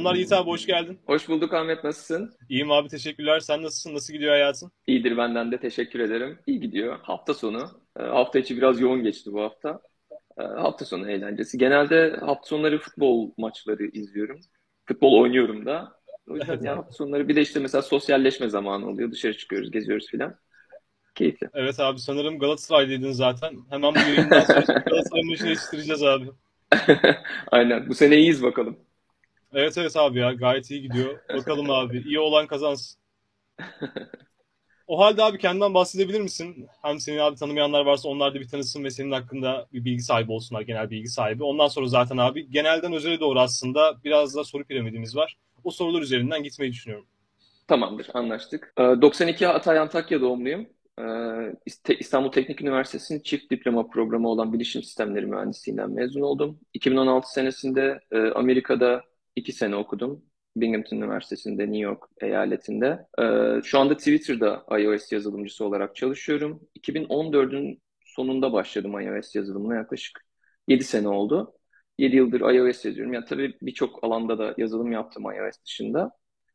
Selamlar Yiğit abi, hoş geldin. Hoş bulduk Ahmet, nasılsın? İyiyim abi, teşekkürler. Sen nasılsın? Nasıl gidiyor hayatın? İyidir benden de teşekkür ederim. İyi gidiyor. Hafta sonu. Hafta içi biraz yoğun geçti bu hafta. Hafta sonu eğlencesi. Genelde hafta sonları futbol maçları izliyorum. Futbol oynuyorum da. O yüzden Evet ya abi. hafta sonları bir de işte mesela sosyalleşme zamanı oluyor. Dışarı çıkıyoruz, geziyoruz filan. Keyifli. Evet abi, sanırım Galatasaraylıydın zaten. Hemen bu yayından sonra seni Galatasaray maçına yetiştireceğiz abi. Aynen. Bu sene iyiyiz bakalım. Evet evet abi ya, gayet iyi gidiyor. Bakalım abi, iyi olan kazansın. O halde abi kendinden bahsedebilir misin? Hem seni abi tanımayanlar varsa onlar da bir tanısın ve senin hakkında bir bilgi sahibi olsunlar, genel bilgi sahibi. Ondan sonra zaten abi genelden özele doğru aslında biraz da soru piramidimiz var. O sorular üzerinden gitmeyi düşünüyorum. Tamamdır, anlaştık. 92 Hatay Antakya doğumluyum. İstanbul Teknik Üniversitesi'nin çift diploma programı olan Bilişim Sistemleri Mühendisliğinden mezun oldum. 2016 senesinde Amerika'da 2 sene okudum. Binghamton Üniversitesi'nde, New York eyaletinde. Şu anda Twitter'da iOS yazılımcısı olarak çalışıyorum. 2014'ün sonunda başladım iOS yazılımına, yaklaşık 7 sene oldu. 7 yıldır iOS yazıyorum. Yani tabii birçok alanda da yazılım yaptım iOS dışında.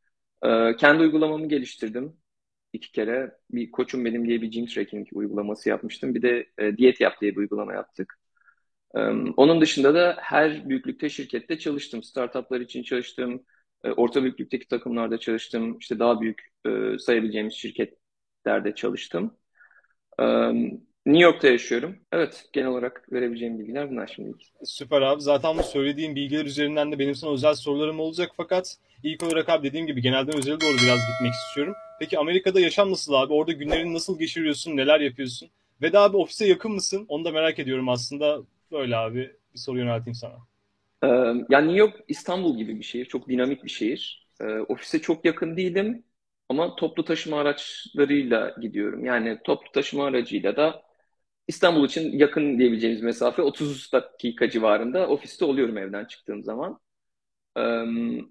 Kendi uygulamamı geliştirdim 2 kere. Bir Koçum Benim diye bir gym tracking uygulaması yapmıştım. Bir de Diyet Yap diye bir uygulama yaptık. Ee, Onun dışında da her büyüklükte şirkette çalıştım. Startuplar için çalıştım. Orta büyüklükteki takımlarda çalıştım. İşte daha büyük sayabileceğimiz şirketlerde çalıştım. Ee, New York'ta yaşıyorum. Evet, genel olarak verebileceğim bilgiler bunlar şimdilik. Süper abi. Zaten bu söylediğim bilgiler üzerinden de benim sana özel sorularım olacak. Fakat ilk olarak abi dediğim gibi genelden özele doğru biraz gitmek istiyorum. Peki Amerika'da yaşam nasıl abi? Orada günlerini nasıl geçiriyorsun? Neler yapıyorsun? Ve de abi ofise yakın mısın? Onu da merak ediyorum aslında. Böyle abi bir soru yönelteyim sana. Ee, Yani New York İstanbul gibi bir şehir. Çok dinamik bir şehir. Ofise çok yakın değilim ama toplu taşıma araçlarıyla gidiyorum. Yani toplu taşıma aracıyla da İstanbul için yakın diyebileceğimiz mesafe 30 dakika civarında ofiste oluyorum evden çıktığım zaman. Ee,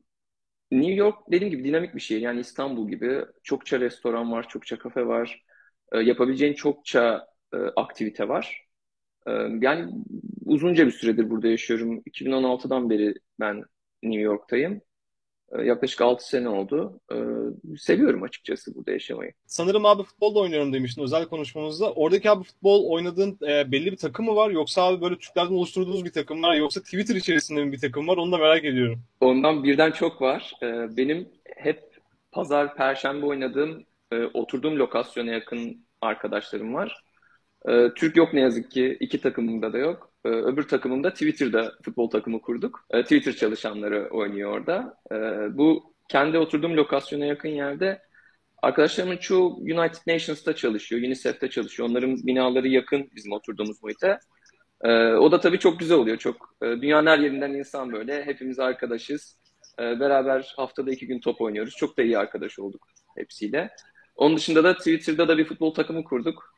New York dediğim gibi dinamik bir şehir. Yani İstanbul gibi çokça restoran var, çokça kafe var. Yapabileceğin çokça aktivite var. Yani uzunca bir süredir burada yaşıyorum. 2016'dan beri ben New York'tayım. Yaklaşık 6 sene oldu. Seviyorum açıkçası burada yaşamayı. Sanırım abi futbol da oynuyorum demiştin özel konuşmamızda. Oradaki abi futbol oynadığın belli bir takım mı var? Yoksa abi böyle Türklerden oluşturduğunuz bir takım var? Yoksa Twitter içerisinde mi bir takım var? Onu da merak ediyorum. Ondan birden çok var. Benim hep pazar, perşembe oynadığım, oturduğum lokasyona yakın arkadaşlarım var. Türk yok ne yazık ki. İki takımımda da yok. Öbür takımımda Twitter'da futbol takımı kurduk. Twitter çalışanları oynuyor orada. Bu kendi oturduğum lokasyona yakın yerde arkadaşlarımın çoğu United Nations'ta çalışıyor, UNICEF'te çalışıyor. Onların binaları yakın bizim oturduğumuz muhite. O da tabii çok güzel oluyor. Çok dünyanın her yerinden insan böyle. Hepimiz arkadaşız. Beraber haftada 2 gün top oynuyoruz. Çok da iyi arkadaş olduk hepsiyle. Onun dışında da Twitter'da da bir futbol takımı kurduk.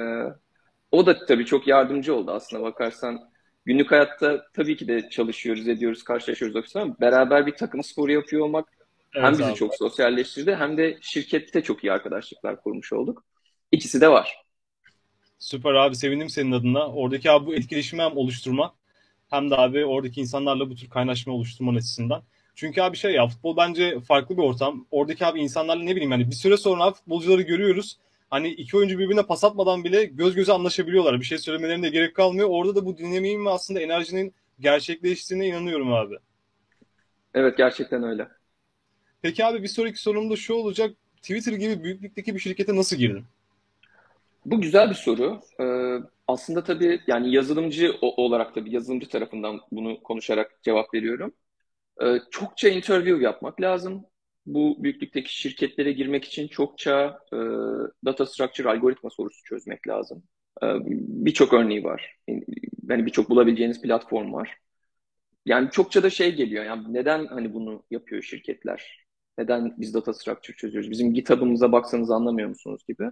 O da tabii çok yardımcı oldu aslına bakarsan. Günlük hayatta tabii ki de çalışıyoruz, ediyoruz, karşılaşıyoruz ofiste ama beraber bir takım sporu yapıyor olmak hem Evet bizi abi. çok sosyalleştirdi hem de şirkette çok iyi arkadaşlıklar kurmuş olduk. İkisi de var. Süper abi, sevindim senin adına. Oradaki abi bu etkileşimi hem oluşturma hem de abi oradaki insanlarla bu tür kaynaşma oluşturman açısından. Çünkü abi şey ya, futbol bence farklı bir ortam. Oradaki abi insanlarla ne bileyim hani bir süre sonra abi futbolcuları görüyoruz. Hani iki oyuncu birbirine pas atmadan bile göz göze anlaşabiliyorlar. Bir şey söylemelerine de gerek kalmıyor. Orada da bu dinamiğin ve aslında enerjinin gerçekleştiğine inanıyorum abi. Evet, gerçekten öyle. Peki abi bir sonraki sorum da şu olacak. Twitter gibi büyüklükteki bir şirkete nasıl girdin? Bu güzel bir soru. Aslında tabii yani yazılımcı olarak da bir yazılımcı tarafından bunu konuşarak cevap veriyorum. Çokça interview yapmak lazım. Bu büyüklükteki şirketlere girmek için çokça data structure algoritma sorusu çözmek lazım. Birçok örneği var. Yani birçok bulabileceğiniz platform var. Yani çokça da şey geliyor. Yani neden hani bunu yapıyor şirketler? Neden biz data structure çözüyoruz? Bizim GitHub'ımıza baksanız anlamıyor musunuz gibi.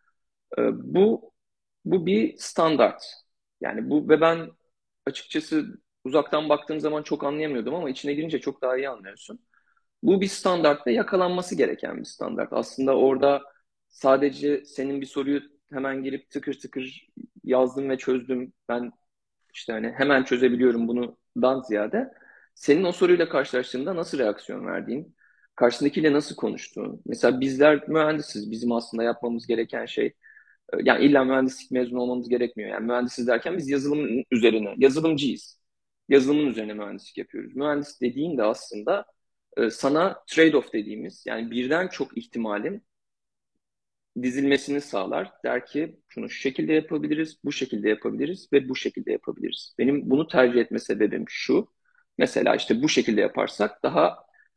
Bu bir standart. Yani bu ve ben açıkçası uzaktan baktığım zaman çok anlayamıyordum ama içine girince çok daha iyi anlıyorsun. Bu bir standart ve yakalanması gereken bir standart. Aslında orada sadece senin bir soruyu hemen girip tıkır tıkır yazdım ve çözdüm. Ben işte hani hemen çözebiliyorum bundan ziyade Senin o soruyla karşılaştığında nasıl reaksiyon verdiğin, karşındakiyle nasıl konuştuğun. Mesela bizler mühendisiz. Bizim aslında yapmamız gereken şey, yani illa mühendislik mezunu olmamız gerekmiyor. Yani mühendisiz derken biz yazılımın üzerine, yazılımcıyız. Yazılımın üzerine mühendislik yapıyoruz. Mühendis dediğin de aslında sana trade-off dediğimiz, yani birden çok ihtimalin dizilmesini sağlar. Der ki şunu şu şekilde yapabiliriz, bu şekilde yapabiliriz ve bu şekilde yapabiliriz. Benim bunu tercih etme sebebim şu. Mesela işte bu şekilde yaparsak daha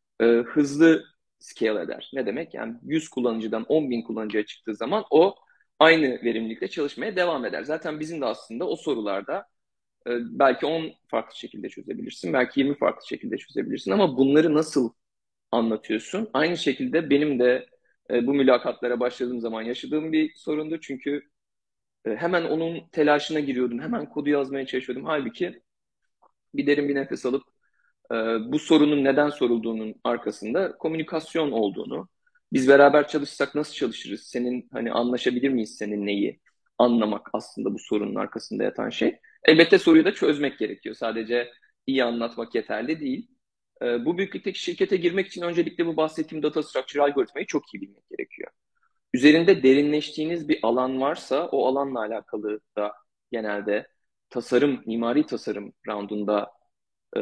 hızlı scale eder. Ne demek? Yani 100 kullanıcıdan 10.000 kullanıcıya çıktığı zaman o aynı verimlilikte çalışmaya devam eder. Zaten bizim de aslında o sorularda belki 10 farklı şekilde çözebilirsin, belki 20 farklı şekilde çözebilirsin ama bunları nasıl anlatıyorsun? Aynı şekilde benim de bu mülakatlara başladığım zaman yaşadığım bir sorundu. Çünkü hemen onun telaşına giriyordum. Hemen kodu yazmaya çalışıyordum. Halbuki bir derin bir nefes alıp e, bu sorunun neden sorulduğunun arkasında komünikasyon olduğunu, biz beraber çalışsak nasıl çalışırız? Senin hani anlaşabilir miyiz senin neyi? Anlamak aslında bu sorunun arkasında yatan şey. Elbette soruyu da çözmek gerekiyor. Sadece iyi anlatmak yeterli değil. Bu büyüklükteki şirkete girmek için öncelikle bu bahsettiğim data structure algoritmayı çok iyi bilmek gerekiyor. Üzerinde derinleştiğiniz bir alan varsa o alanla alakalı da genelde tasarım, mimari tasarım roundunda e,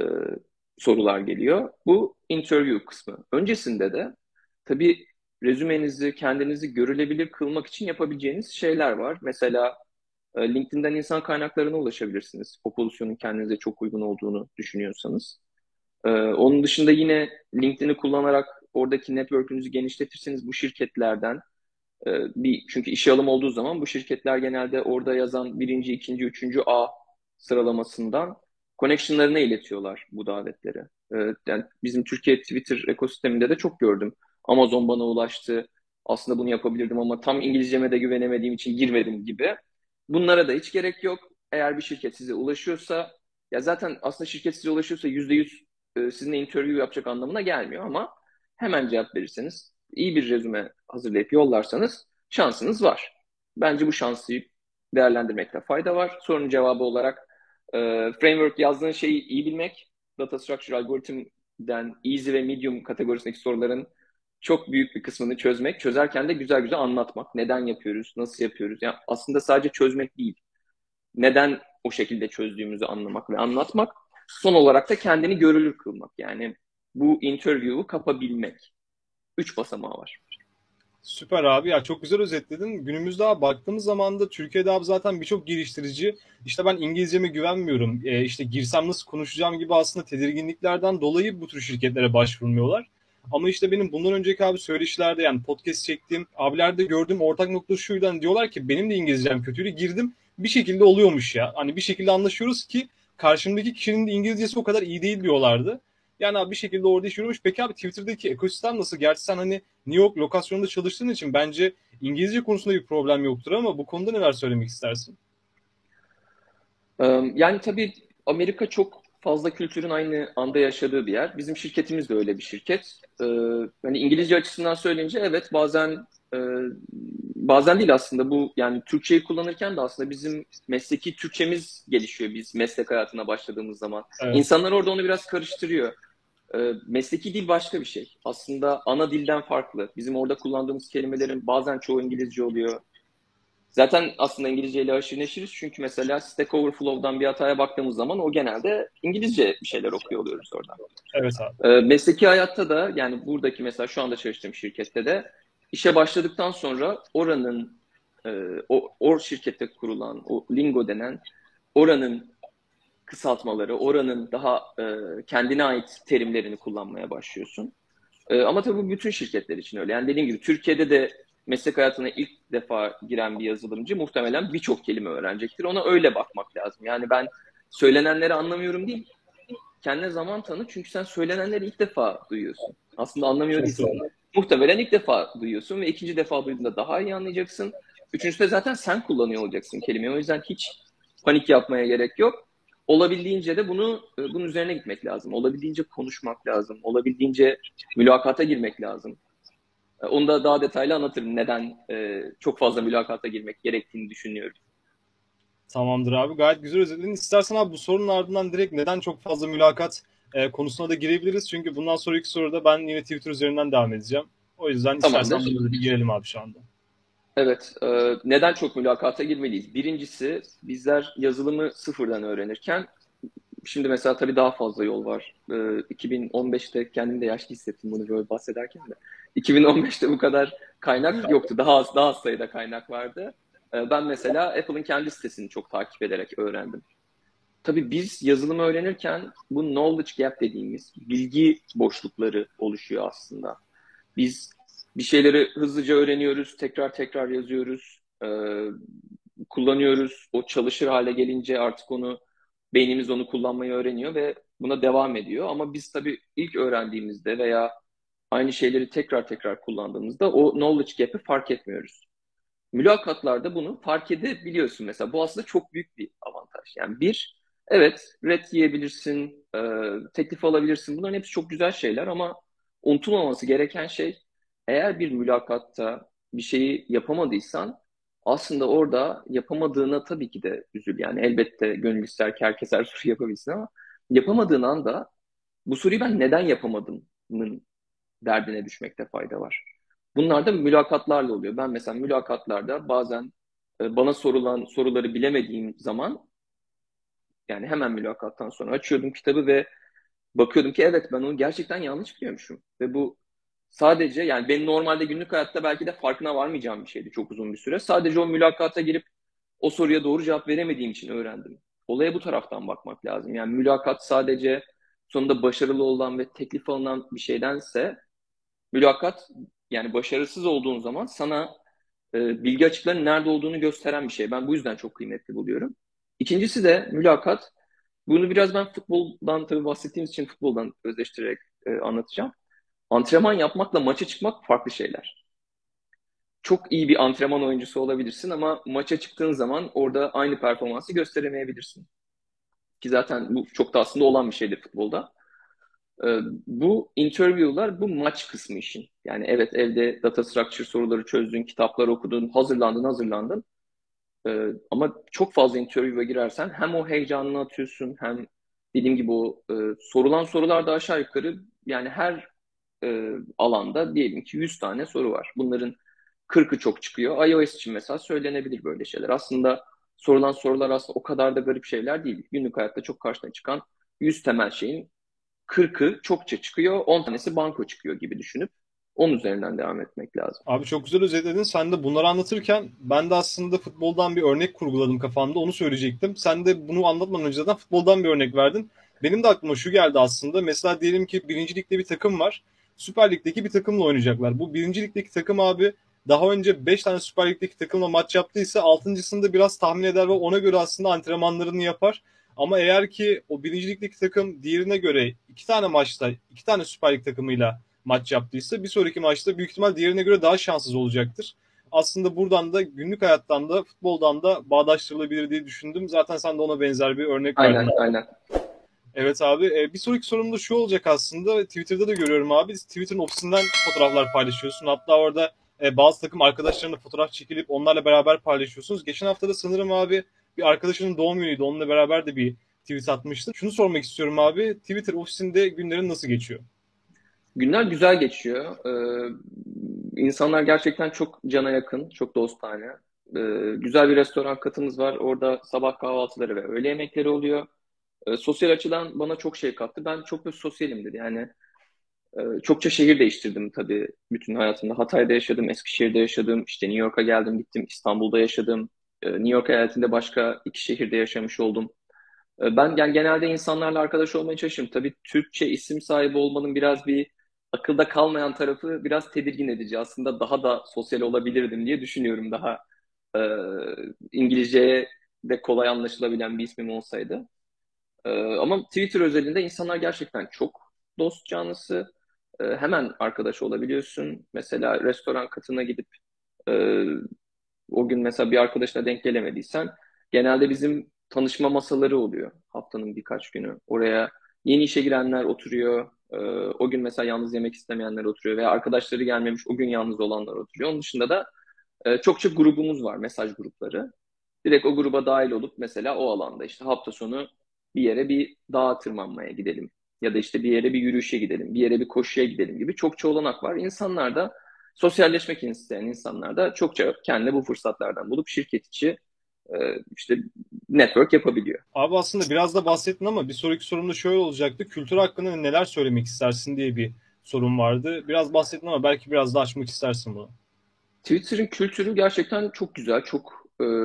sorular geliyor. Bu interview kısmı. Öncesinde de tabii rezümenizi, kendinizi görülebilir kılmak için yapabileceğiniz şeyler var. Mesela LinkedIn'den insan kaynaklarına ulaşabilirsiniz. O pozisyonun kendinize çok uygun olduğunu düşünüyorsanız. Onun dışında yine LinkedIn'i kullanarak oradaki network'ünüzü genişletirseniz bu şirketlerden çünkü işe alım olduğu zaman bu şirketler genelde orada yazan birinci, ikinci, üçüncü A sıralamasından connection'larına iletiyorlar bu davetleri. Yani bizim Türkiye Twitter ekosisteminde de çok gördüm. Amazon bana ulaştı. Aslında bunu yapabilirdim ama tam İngilizceme de güvenemediğim için girmedim gibi. Bunlara da hiç gerek yok. Eğer bir şirket size ulaşıyorsa, ya zaten aslında şirket size ulaşıyorsa %100 sizinle interview yapacak anlamına gelmiyor ama hemen cevap verirseniz, iyi bir rezüme hazırlayıp yollarsanız şansınız var. Bence bu şansı değerlendirmekte fayda var. Sorunun cevabı olarak framework yazdığın şeyi iyi bilmek, data structure algoritmden easy ve medium kategorisindeki soruların çok büyük bir kısmını çözmek, çözerken de güzel güzel anlatmak. Neden yapıyoruz, nasıl yapıyoruz? Yani aslında sadece çözmek değil, neden o şekilde çözdüğümüzü anlamak ve anlatmak. Son olarak da kendini görülür kılmak. Yani bu interview'u kapabilmek. Üç basamağı var. Süper abi ya, çok güzel özetledin. Günümüzde abi baktığımız zaman da Türkiye'de abi zaten birçok geliştirici işte ben İngilizceme güvenmiyorum, işte girsem nasıl konuşacağım gibi aslında tedirginliklerden dolayı bu tür şirketlere başvurmuyorlar. Ama işte benim bundan önceki abi söyleşilerde, yani podcast çektiğim abilerde gördüğüm ortak nokta şuydu. Hani diyorlar ki benim de İngilizcem kötüydü, girdim bir şekilde oluyormuş ya. Hani bir şekilde anlaşıyoruz ki karşımdaki kişinin de İngilizcesi o kadar iyi değil diyorlardı. Yani abi bir şekilde orada iş yürümüş. Peki abi Twitter'daki ekosistem nasıl? Gerçi sen hani New York lokasyonunda çalıştığın için bence İngilizce konusunda bir problem yoktur ama bu konuda neler söylemek istersin? Yani tabii Amerika çok fazla kültürün aynı anda yaşadığı bir yer. Bizim şirketimiz de öyle bir şirket. Hani İngilizce açısından söyleyince evet, e, bazen değil aslında, bu yani Türkçeyi kullanırken de aslında bizim mesleki Türkçemiz gelişiyor biz meslek hayatına başladığımız zaman. Evet. İnsanlar orada onu biraz karıştırıyor. Mesleki dil başka bir şey. Aslında ana dilden farklı. Bizim orada kullandığımız kelimelerin bazen çoğu İngilizce oluyor. Zaten aslında İngilizce ile aşırı neşiriz. Çünkü mesela Stack Overflow'dan bir hataya baktığımız zaman o genelde İngilizce bir şeyler okuyor oluyoruz oradan. Evet abi. Mesleki hayatta da, yani buradaki mesela şu anda çalıştığım şirkette de işe başladıktan sonra oranın o şirkette kurulan o lingo denen oranın kısaltmaları, oranın daha kendine ait terimlerini kullanmaya başlıyorsun. Ama tabii bu bütün şirketler için öyle. Yani dediğim gibi Türkiye'de de meslek hayatına ilk defa giren bir yazılımcı muhtemelen birçok kelime öğrenecektir. Ona öyle bakmak lazım. Yani ben söylenenleri anlamıyorum değil, kendine zaman tanı, çünkü sen söylenenleri ilk defa duyuyorsun. Aslında anlamıyor Çok değilsin. doğru. Muhtemelen ilk defa duyuyorsun ve ikinci defa duyduğunda daha iyi anlayacaksın. Üçüncüsünde zaten sen kullanıyor olacaksın kelimeyi. O yüzden hiç panik yapmaya gerek yok. Olabildiğince de bunun üzerine gitmek lazım. Olabildiğince konuşmak lazım. Olabildiğince mülakata girmek lazım. Onu da daha detaylı anlatırım. Neden çok fazla mülakata girmek gerektiğini düşünüyorum. Tamamdır abi. Gayet güzel özetledin. İstersen abi bu sorunun ardından direkt neden çok fazla mülakat konusuna da girebiliriz. Çünkü bundan sonraki soruda ben yine Twitter üzerinden devam edeceğim. O yüzden istersen Tamamdır. bunu da bir girelim abi şu anda. Evet, neden çok mülakata girmeliyiz? Birincisi, bizler yazılımı sıfırdan öğrenirken, şimdi mesela tabii daha fazla yol var. 2015'te kendimi de yaşlı hissettim bunu böyle bahsederken de. 2015'te bu kadar kaynak yoktu. Daha az sayıda kaynak vardı. Ben mesela Apple'ın kendi sitesini çok takip ederek öğrendim. Tabii biz yazılımı öğrenirken bu knowledge gap dediğimiz bilgi boşlukları oluşuyor aslında. Biz bir şeyleri hızlıca öğreniyoruz, tekrar tekrar yazıyoruz, kullanıyoruz. O çalışır hale gelince artık beynimiz onu kullanmayı öğreniyor ve buna devam ediyor. Ama biz tabii ilk öğrendiğimizde veya aynı şeyleri tekrar tekrar kullandığımızda o knowledge gap'i fark etmiyoruz. Mülakatlarda bunu fark edebiliyorsun mesela. Bu aslında çok büyük bir avantaj. Yani evet, red yiyebilirsin, teklif alabilirsin. Bunların hepsi çok güzel şeyler ama unutulmaması gereken şey, eğer bir mülakatta bir şeyi yapamadıysan aslında orada yapamadığına tabii ki de üzül. Yani elbette gönül ister ki herkes her soruyu yapabilsin ama yapamadığın anda bu soruyu ben neden yapamadımın derdine düşmekte fayda var. Bunlar da mülakatlarla oluyor. Ben mesela mülakatlarda bazen bana sorulan soruları bilemediğim zaman, yani hemen mülakattan sonra açıyordum kitabı ve bakıyordum ki evet, ben onu gerçekten yanlış biliyormuşum. Ve bu sadece, yani benim normalde günlük hayatta belki de farkına varmayacağım bir şeydi çok uzun bir süre. Sadece o mülakata girip o soruya doğru cevap veremediğim için öğrendim. Olaya bu taraftan bakmak lazım. Yani mülakat sadece sonunda başarılı olan ve teklif alınan bir şeydense, mülakat, yani başarısız olduğun zaman sana bilgi açıklarının nerede olduğunu gösteren bir şey. Ben bu yüzden çok kıymetli buluyorum. İkincisi de mülakat. Bunu biraz ben futboldan tabii bahsettiğimiz için futboldan özleştirerek anlatacağım. Antrenman yapmakla maça çıkmak farklı şeyler. Çok iyi bir antrenman oyuncusu olabilirsin ama maça çıktığın zaman orada aynı performansı gösteremeyebilirsin. Ki zaten bu çok da aslında olan bir şeydir futbolda. Bu interview'lar bu maç kısmı işin. Yani evet, evde data structure soruları çözdün, kitaplar okudun, hazırlandın. Ama çok fazla interview'a girersen hem o heyecanını atıyorsun hem dediğim gibi sorulan sorular da aşağı yukarı, yani her alanda diyelim ki 100 tane soru var. Bunların 40'ı çok çıkıyor. iOS için mesela söylenebilir böyle şeyler. Aslında sorulan sorular aslında o kadar da garip şeyler değil. Günlük hayatta çok karşına çıkan 100 temel şeyin 40'ı çokça çıkıyor, 10 tanesi banko çıkıyor gibi düşünüp onun üzerinden devam etmek lazım. Abi çok güzel özetledin. Sen de bunları anlatırken ben de aslında futboldan bir örnek kurguladım kafamda. Onu söyleyecektim. Sen de bunu anlatmadan önce zaten futboldan bir örnek verdin. Benim de aklıma şu geldi aslında. Mesela diyelim ki birinci ligde bir takım var. Süper Lig'deki bir takımla oynayacaklar. Bu birinci ligdeki takım abi daha önce 5 tane Süper Lig'deki takımla maç yaptıysa altıncısında biraz tahmin eder ve ona göre aslında antrenmanlarını yapar. Ama eğer ki o birinci ligdeki takım diğerine göre 2 tane maçta 2 tane Süper Lig takımıyla maç yaptıysa bir sonraki maçta büyük ihtimal diğerine göre daha şanssız olacaktır. Aslında buradan da günlük hayattan da futboldan da bağdaştırılabilir diye düşündüm. Zaten sen de ona benzer bir örnek verdin. Aynen, aynen. Evet abi. Bir sonraki sorum da şu olacak aslında. Twitter'da da görüyorum abi. Twitter'ın ofisinden fotoğraflar paylaşıyorsun. Hatta orada bazı takım arkadaşlarına fotoğraf çekilip onlarla beraber paylaşıyorsunuz. Geçen hafta da sanırım abi bir arkadaşının doğum günüydü. Onunla beraber de bir tweet atmıştın. Şunu sormak istiyorum abi. Twitter ofisinde günlerin nasıl geçiyor? Günler güzel geçiyor. İnsanlar gerçekten çok cana yakın, çok dostane. Güzel bir restoran katımız var. Orada sabah kahvaltıları ve öğle yemekleri oluyor. Sosyal açıdan bana çok şey kattı. Ben çok da sosyalimdir. Yani çokça şehir değiştirdim tabii bütün hayatımda. Hatay'da yaşadım, Eskişehir'de yaşadım, işte New York'a geldim, gittim, İstanbul'da yaşadım. New York eyaletinde başka iki şehirde yaşamış oldum. Ben yani genelde insanlarla arkadaş olmaya çalışırım. Tabii Türkçe isim sahibi olmanın biraz bir akılda kalmayan tarafı biraz tedirgin edici. Aslında daha da sosyal olabilirdim diye düşünüyorum, daha e, İngilizceye de kolay anlaşılabilen bir ismim olsaydı. Ama Twitter özelinde insanlar gerçekten çok dost canlısı. Hemen arkadaş olabiliyorsun. Mesela restoran katına gidip e, o gün mesela bir arkadaşla denk gelemediysen, genelde bizim tanışma masaları oluyor haftanın birkaç günü. Oraya yeni işe girenler oturuyor. O gün mesela yalnız yemek istemeyenler oturuyor veya arkadaşları gelmemiş o gün yalnız olanlar oturuyor. Onun dışında da çokça grubumuz var, mesaj grupları. Direkt o gruba dahil olup mesela o alanda işte hafta sonu bir yere, bir dağa tırmanmaya gidelim Ya da işte bir yere bir yürüyüşe gidelim, bir yere bir koşuya gidelim gibi çokça olanak var. İnsanlar da sosyalleşmek isteyen insanlar da çokça kendine bu fırsatlardan bulup şirket içi işte network yapabiliyor. Abi aslında biraz da bahsettin ama bir sonraki sorum da şöyle olacaktı. Kültür hakkında neler söylemek istersin diye bir sorum vardı. Biraz bahsettin ama belki biraz da açmak istersin bunu. Twitter'ın kültürü gerçekten çok güzel, çok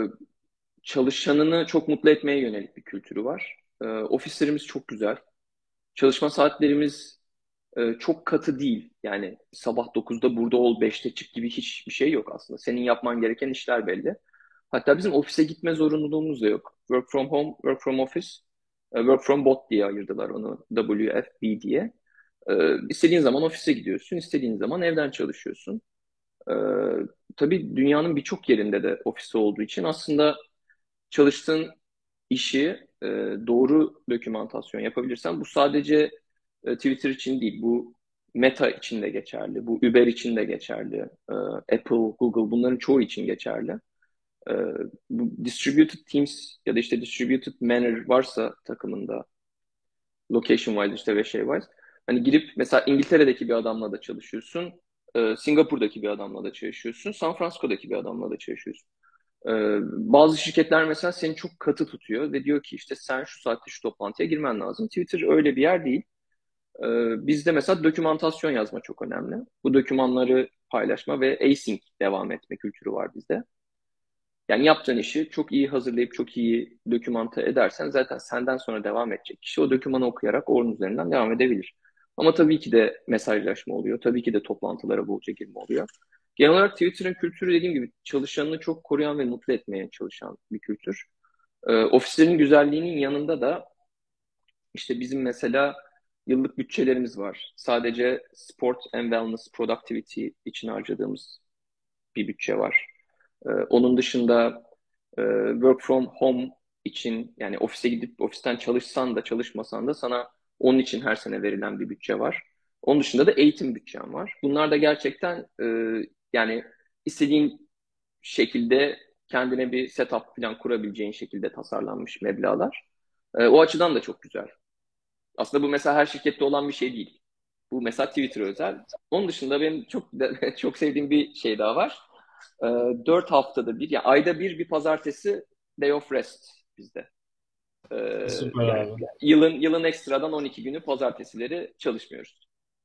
çalışanını çok mutlu etmeye yönelik bir kültürü var. Ofislerimiz çok güzel. Çalışma saatlerimiz çok katı değil. Yani sabah 9'da burada ol, 5'te çık gibi hiçbir şey yok aslında. Senin yapman gereken işler belli. Hatta bizim ofise gitme zorunluluğumuz da yok. Work from home, work from office, work from both diye ayırdılar onu. WFB diye. İstediğin zaman ofise gidiyorsun, istediğin zaman evden çalışıyorsun. E, tabii dünyanın birçok yerinde de ofisi olduğu için aslında çalıştığın işi doğru dokümantasyon yapabilirsen bu sadece Twitter için değil, bu Meta için de geçerli, bu Uber için de geçerli, Apple, Google bunların çoğu için geçerli. E, bu distributed teams ya da işte distributed manner varsa takımında location wise işte ve şey wise hani girip mesela İngiltere'deki bir adamla da çalışıyorsun, Singapur'daki bir adamla da çalışıyorsun, San Francisco'daki bir adamla da çalışıyorsun. Bazı şirketler mesela seni çok katı tutuyor ve diyor ki işte sen şu saatte şu toplantıya girmen lazım. Twitter öyle bir yer değil. Bizde mesela dokümantasyon yazma çok önemli. Bu dokümanları paylaşma ve async devam etme kültürü var bizde. Yani yaptığın işi çok iyi hazırlayıp çok iyi dokümante edersen zaten senden sonra devam edecek kişi o dokümanı okuyarak onun üzerinden devam edebilir. Ama tabii ki de mesajlaşma oluyor. Tabii ki de toplantılara bolca girme oluyor. Genel olarak Twitter'ın kültürü dediğim gibi çalışanını çok koruyan ve mutlu etmeye çalışan bir kültür. Ofislerin güzelliğinin yanında da işte bizim mesela yıllık bütçelerimiz var. Sadece sport and wellness productivity için harcadığımız bir bütçe var. Onun dışında work from home için yani ofise gidip ofisten çalışsan da çalışmasan da sana onun için her sene verilen bir bütçe var. Onun dışında da eğitim bütçem var. Bunlar da gerçekten yani istediğin şekilde kendine bir setup falan kurabileceğin şekilde tasarlanmış meblağlar. O açıdan da çok güzel. Aslında bu mesela her şirkette olan bir şey değil. Bu mesela Twitter özel. Onun dışında benim çok çok sevdiğim bir şey daha var. 4 haftada bir, yani ayda bir pazartesi day of rest bizde. Süper Yani abi. yılın ekstradan 12 günü pazartesileri çalışmıyoruz.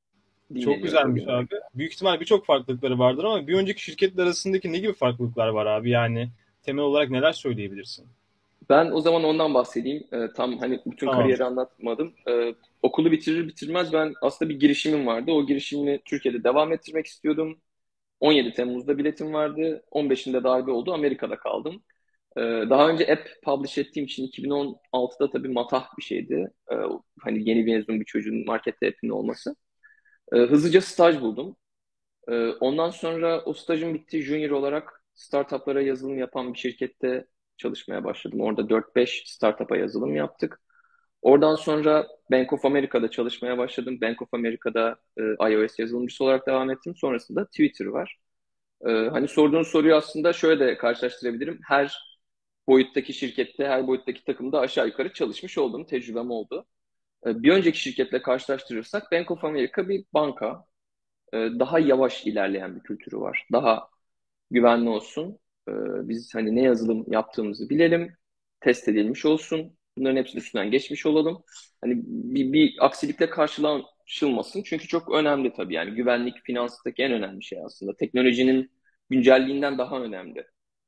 Çok Dinleniyoruz o güzelmiş günler. abi. Büyük ihtimal birçok farklılıkları vardır ama bir önceki şirketler arasındaki ne gibi farklılıklar var abi? Yani temel olarak neler söyleyebilirsin? Ben o zaman ondan bahsedeyim. Tam hani bütün Tamam. kariyeri anlatmadım. Okulu bitirir bitirmez ben aslında bir girişimim vardı. O girişimimi Türkiye'de devam ettirmek istiyordum. 17 Temmuz'da biletim vardı. 15'inde darbe oldu. Amerika'da kaldım. Daha önce app publish ettiğim için 2016'da tabii matah bir şeydi. Hani yeni mezun bir çocuğun markette app'inin olması. Hızlıca staj buldum. Ondan sonra o stajım bitti. Junior olarak startuplara yazılım yapan bir şirkette çalışmaya başladım. Orada 4-5 startup'a yazılım yaptık. Oradan sonra Bank of America'da çalışmaya başladım. Bank of America'da iOS yazılımcısı olarak devam ettim. Sonrasında Twitter var. Hani sorduğun soruyu aslında şöyle de karşılaştırabilirim. Her boyuttaki şirkette, her boyuttaki takımda aşağı yukarı çalışmış oldum. Tecrübem oldu. Bir önceki şirketle karşılaştırırsak Bank of America bir banka. Daha yavaş ilerleyen bir kültürü var. Daha güvenli olsun. Biz hani ne yazılım yaptığımızı bilelim. Test edilmiş olsun. Bunların hepsinin üstünden geçmiş olalım. Hani bir aksilikle karşılaşılmasın. Çünkü çok önemli tabii. Yani güvenlik finanstaki en önemli şey aslında. Teknolojinin güncelliğinden daha önemli.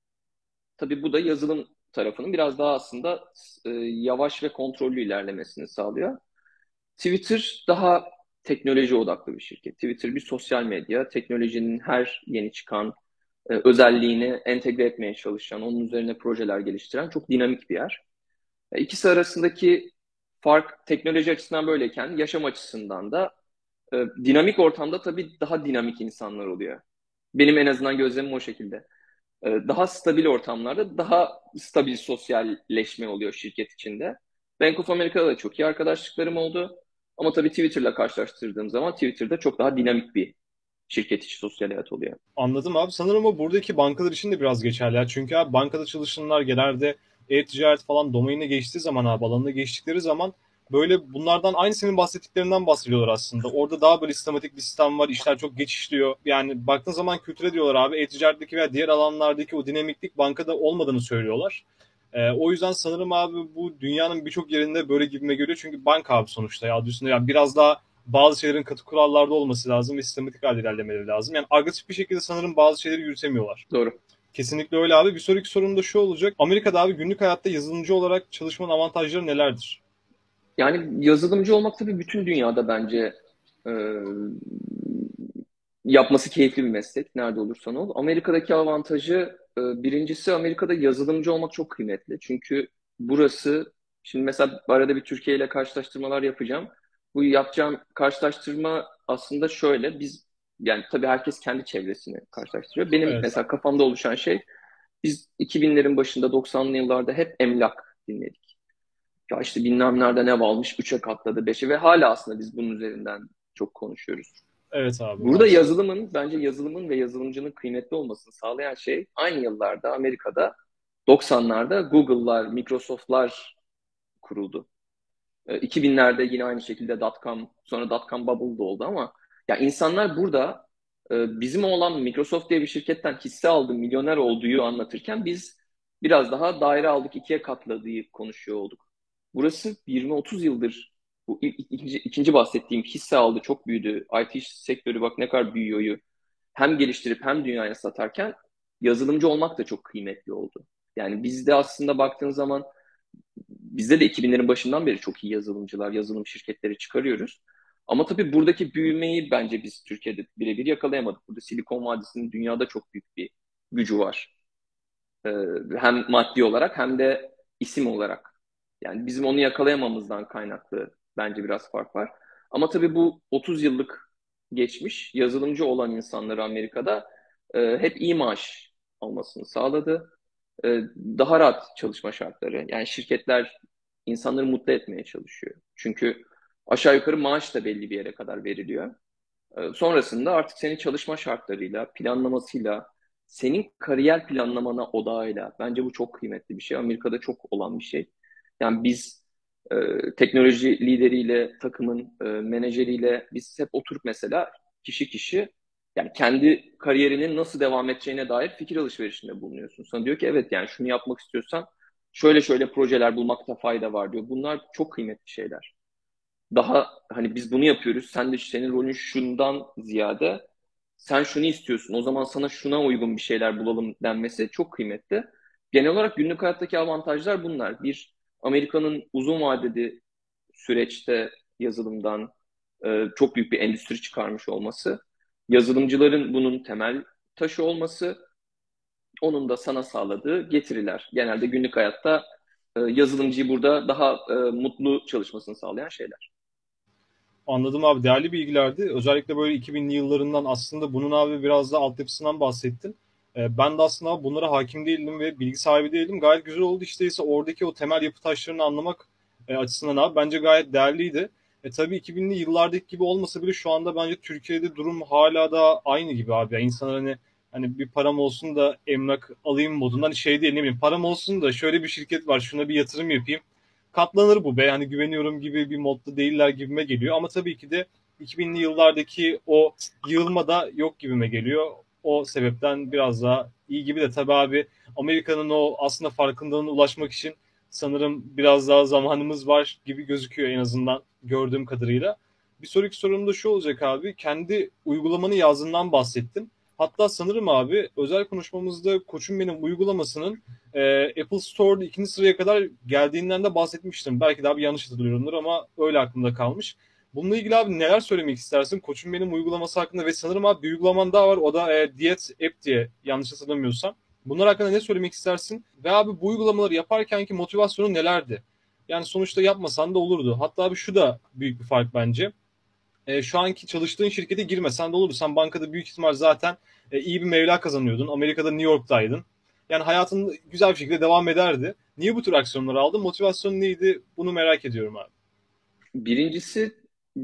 Tabii bu da yazılım tarafının biraz daha aslında yavaş ve kontrollü ilerlemesini sağlıyor. Twitter daha teknoloji odaklı bir şirket. Twitter bir sosyal medya, teknolojinin her yeni çıkan özelliğini entegre etmeye çalışan, onun üzerine projeler geliştiren çok dinamik bir yer. İkisi arasındaki fark teknoloji açısından böyleyken yaşam açısından da dinamik ortamda tabii daha dinamik insanlar oluyor. Benim en azından gözlemim o şekilde. Daha stabil ortamlarda daha stabil sosyalleşme oluyor şirket içinde. Bank of America'da da çok iyi arkadaşlıklarım oldu. Ama tabii Twitter'la karşılaştırdığım zaman Twitter'da çok daha dinamik bir şirket içi sosyal hayat oluyor. Anladım abi. Sanırım o buradaki bankalar için de biraz geçerli ya. Çünkü abi bankada çalışanlar genelde e-ticaret falan domaine geçtiği zaman abi alanına geçtikleri zaman Böyle bunlardan aynı senin bahsettiklerinden bahsediyorlar aslında. Orada daha böyle sistematik bir sistem var. İşler çok geçişliyor. Yani baktığın zaman kültüre diyorlar abi. E-ticaretteki veya diğer alanlardaki o dinamiklik bankada olmadığını söylüyorlar. O yüzden sanırım abi bu dünyanın birçok yerinde böyle gibime geliyor. Çünkü banka abi sonuçta ya diyorsun yani biraz daha bazı şeylerin katı kurallarda olması lazım ve sistematik halde ilerlemeleri lazım. Yani agresif bir şekilde sanırım bazı şeyleri yürütemiyorlar. Doğru. Kesinlikle öyle abi. Bir sonraki sorum da şu olacak. Amerika'da abi günlük hayatta yazılımcı olarak çalışmanın avantajları nelerdir? Yani yazılımcı olmak tabii bütün dünyada bence e, yapması keyifli bir meslek. Nerede olursan ol. Amerika'daki avantajı birincisi Amerika'da yazılımcı olmak çok kıymetli. Çünkü burası şimdi mesela arada bir Türkiye ile karşılaştırmalar yapacağım. Bu yapacağım karşılaştırma aslında şöyle. Biz yani tabii herkes kendi çevresini karşılaştırıyor. Benim Evet. mesela kafamda oluşan şey biz 2000'lerin başında 90'lı yıllarda hep emlak dinledik. Ya işte bilmem nerede ne varmış, 3'e katladı, 5'e ve hala aslında biz bunun üzerinden çok konuşuyoruz. Evet abi Burada maalesef. bence yazılımın ve yazılımcının kıymetli olmasını sağlayan şey aynı yıllarda Amerika'da 90'larda Google'lar, Microsoft'lar kuruldu. 2000'lerde yine aynı şekilde dot-com, sonra dot-com bubble da oldu ama ya insanlar burada bizim olan Microsoft diye bir şirketten hisse aldı, milyoner olduğu anlatırken biz biraz daha daire aldık, ikiye katladığı konuşuyor olduk. Burası 20-30 yıldır bu ikinci bahsettiğim hisse aldı, çok büyüdü. IT sektörü bak ne kadar büyüyor. Hem geliştirip hem dünyaya satarken yazılımcı olmak da çok kıymetli oldu. Yani bizde aslında baktığın zaman bizde de 2000'lerin başından beri çok iyi yazılımcılar, yazılım şirketleri çıkarıyoruz. Ama tabii buradaki büyümeyi bence biz Türkiye'de birebir yakalayamadık. Burada Silikon Vadisi'nin dünyada çok büyük bir gücü var. Ee, Hem maddi olarak hem de isim olarak. Yani bizim onu yakalayamamızdan kaynaklı bence biraz fark var. Ama tabii bu 30 yıllık geçmiş yazılımcı olan insanları Amerika'da hep iyi maaş almasını sağladı. Daha rahat çalışma şartları. Yani şirketler insanları mutlu etmeye çalışıyor. Çünkü aşağı yukarı maaş da belli bir yere kadar veriliyor. Sonrasında artık senin çalışma şartlarıyla, planlamasıyla, senin kariyer planlamana odağıyla bence bu çok kıymetli bir şey. Amerika'da çok olan bir şey. Yani biz teknoloji lideriyle, takımın menajeriyle biz hep oturup mesela kişi kişi yani kendi kariyerinin nasıl devam edeceğine dair fikir alışverişinde bulunuyorsun. Sana diyor ki evet yani şunu yapmak istiyorsan şöyle şöyle projeler bulmakta fayda var diyor. Bunlar çok kıymetli şeyler. Daha hani biz bunu yapıyoruz. Sen de senin rolün şundan ziyade sen şunu istiyorsun. O zaman sana şuna uygun bir şeyler bulalım denmesi çok kıymetli. Genel olarak günlük hayattaki avantajlar bunlar. Bir, Amerika'nın uzun vadeli süreçte yazılımdan çok büyük bir endüstri çıkarmış olması. Yazılımcıların bunun temel taşı olması. Onun da sana sağladığı getiriler. Genelde günlük hayatta yazılımcıyı burada daha mutlu çalışmasını sağlayan şeyler. Anladım abi, değerli bilgilerdi. Özellikle böyle 2000'li yıllarından aslında bunun abi biraz da altyapısından bahsettin. Ben de aslında bunlara hakim değildim ve bilgi sahibi değildim. Gayet güzel oldu işte ise oradaki o temel yapı taşlarını anlamak açısından abi bence gayet değerliydi. Tabii 2000'li yıllardaki gibi olmasa bile şu anda bence Türkiye'de durum hala da aynı gibi abi. Yani insanlar hani bir param olsun da emlak alayım modundan hani şey değil, ne bileyim param olsun da şöyle bir şirket var şuna bir yatırım yapayım, katlanır bu be hani güveniyorum gibi bir modda değiller gibime geliyor. Ama tabii ki de 2000'li yıllardaki o yığılma da yok gibime geliyor. O sebepten biraz daha iyi gibi de tabii abi Amerika'nın o aslında farkındalığına ulaşmak için sanırım biraz daha zamanımız var gibi gözüküyor en azından gördüğüm kadarıyla. Bir sonraki sorum da şu olacak abi. Kendi uygulamanı yazdığından bahsettin. Hatta sanırım abi özel konuşmamızda Koçum Benim uygulamasının Apple Store'da ikinci sıraya kadar geldiğinden de bahsetmiştim. Belki daha bir yanlış hatırlıyorumdur ama öyle aklımda kalmış. Bununla ilgili abi neler söylemek istersin? Koçum Benim uygulaması hakkında ve sanırım abi bir uygulaman daha var. O da Diyet App diye yanlış hatırlamıyorsam. Bunlar hakkında ne söylemek istersin? Ve abi bu uygulamaları yaparkenki motivasyonu nelerdi? Yani sonuçta yapmasan da olurdu. Hatta abi şu da büyük bir fark bence. Şu anki çalıştığın şirkete girmesen de olurdu. Sen bankada büyük ihtimal zaten iyi bir mevla kazanıyordun. Amerika'da New York'taydın. Yani hayatın güzel bir şekilde devam ederdi. Niye bu tür aksiyonları aldın? Motivasyon neydi? Bunu merak ediyorum abi. Birincisi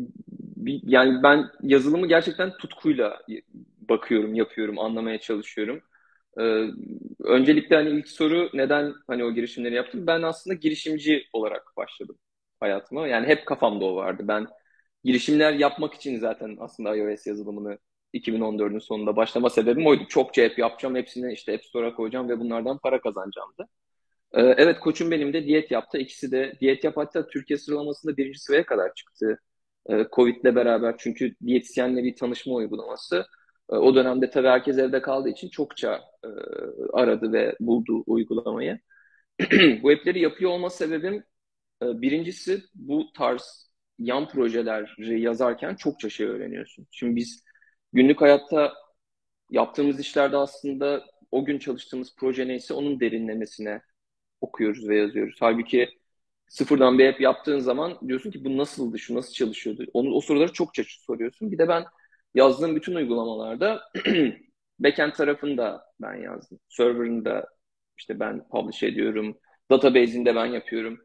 yani ben yazılımı gerçekten tutkuyla bakıyorum, yapıyorum, anlamaya çalışıyorum. Ee, Öncelikle hani ilk soru neden hani o girişimleri yaptım? Ben aslında girişimci olarak başladım. hayatıma. Yani hep kafamda o vardı. Ben girişimler yapmak için zaten aslında iOS yazılımını 2014'ün sonunda başlama sebebim oydu. Çokça app yapacağım, hepsini işte App Store'a koyacağım ve bunlardan para kazanacağımdı. Evet, koçum benim de diyet yaptı. İkisi de diyet yap, hatta Türkiye sıralamasında birinci sıraya kadar çıktı. Covid'le beraber, çünkü diyetisyenle bir tanışma uygulaması. O dönemde tabii herkes evde kaldığı için çokça aradı ve buldu uygulamayı. Bu app'leri yapıyor olma sebebim, birincisi bu tarz yan projeleri yazarken çokça şey öğreniyorsun. Şimdi biz günlük hayatta yaptığımız işlerde aslında o gün çalıştığımız proje neyse onun derinlemesine okuyoruz ve yazıyoruz. Halbuki sıfırdan bir app yaptığın zaman diyorsun ki bu nasıldı, şu nasıl çalışıyordu? O soruları çokça soruyorsun. Bir de ben yazdığım bütün uygulamalarda backend tarafını da ben yazdım. Server'ını da işte ben publish ediyorum. Database'ini de ben yapıyorum.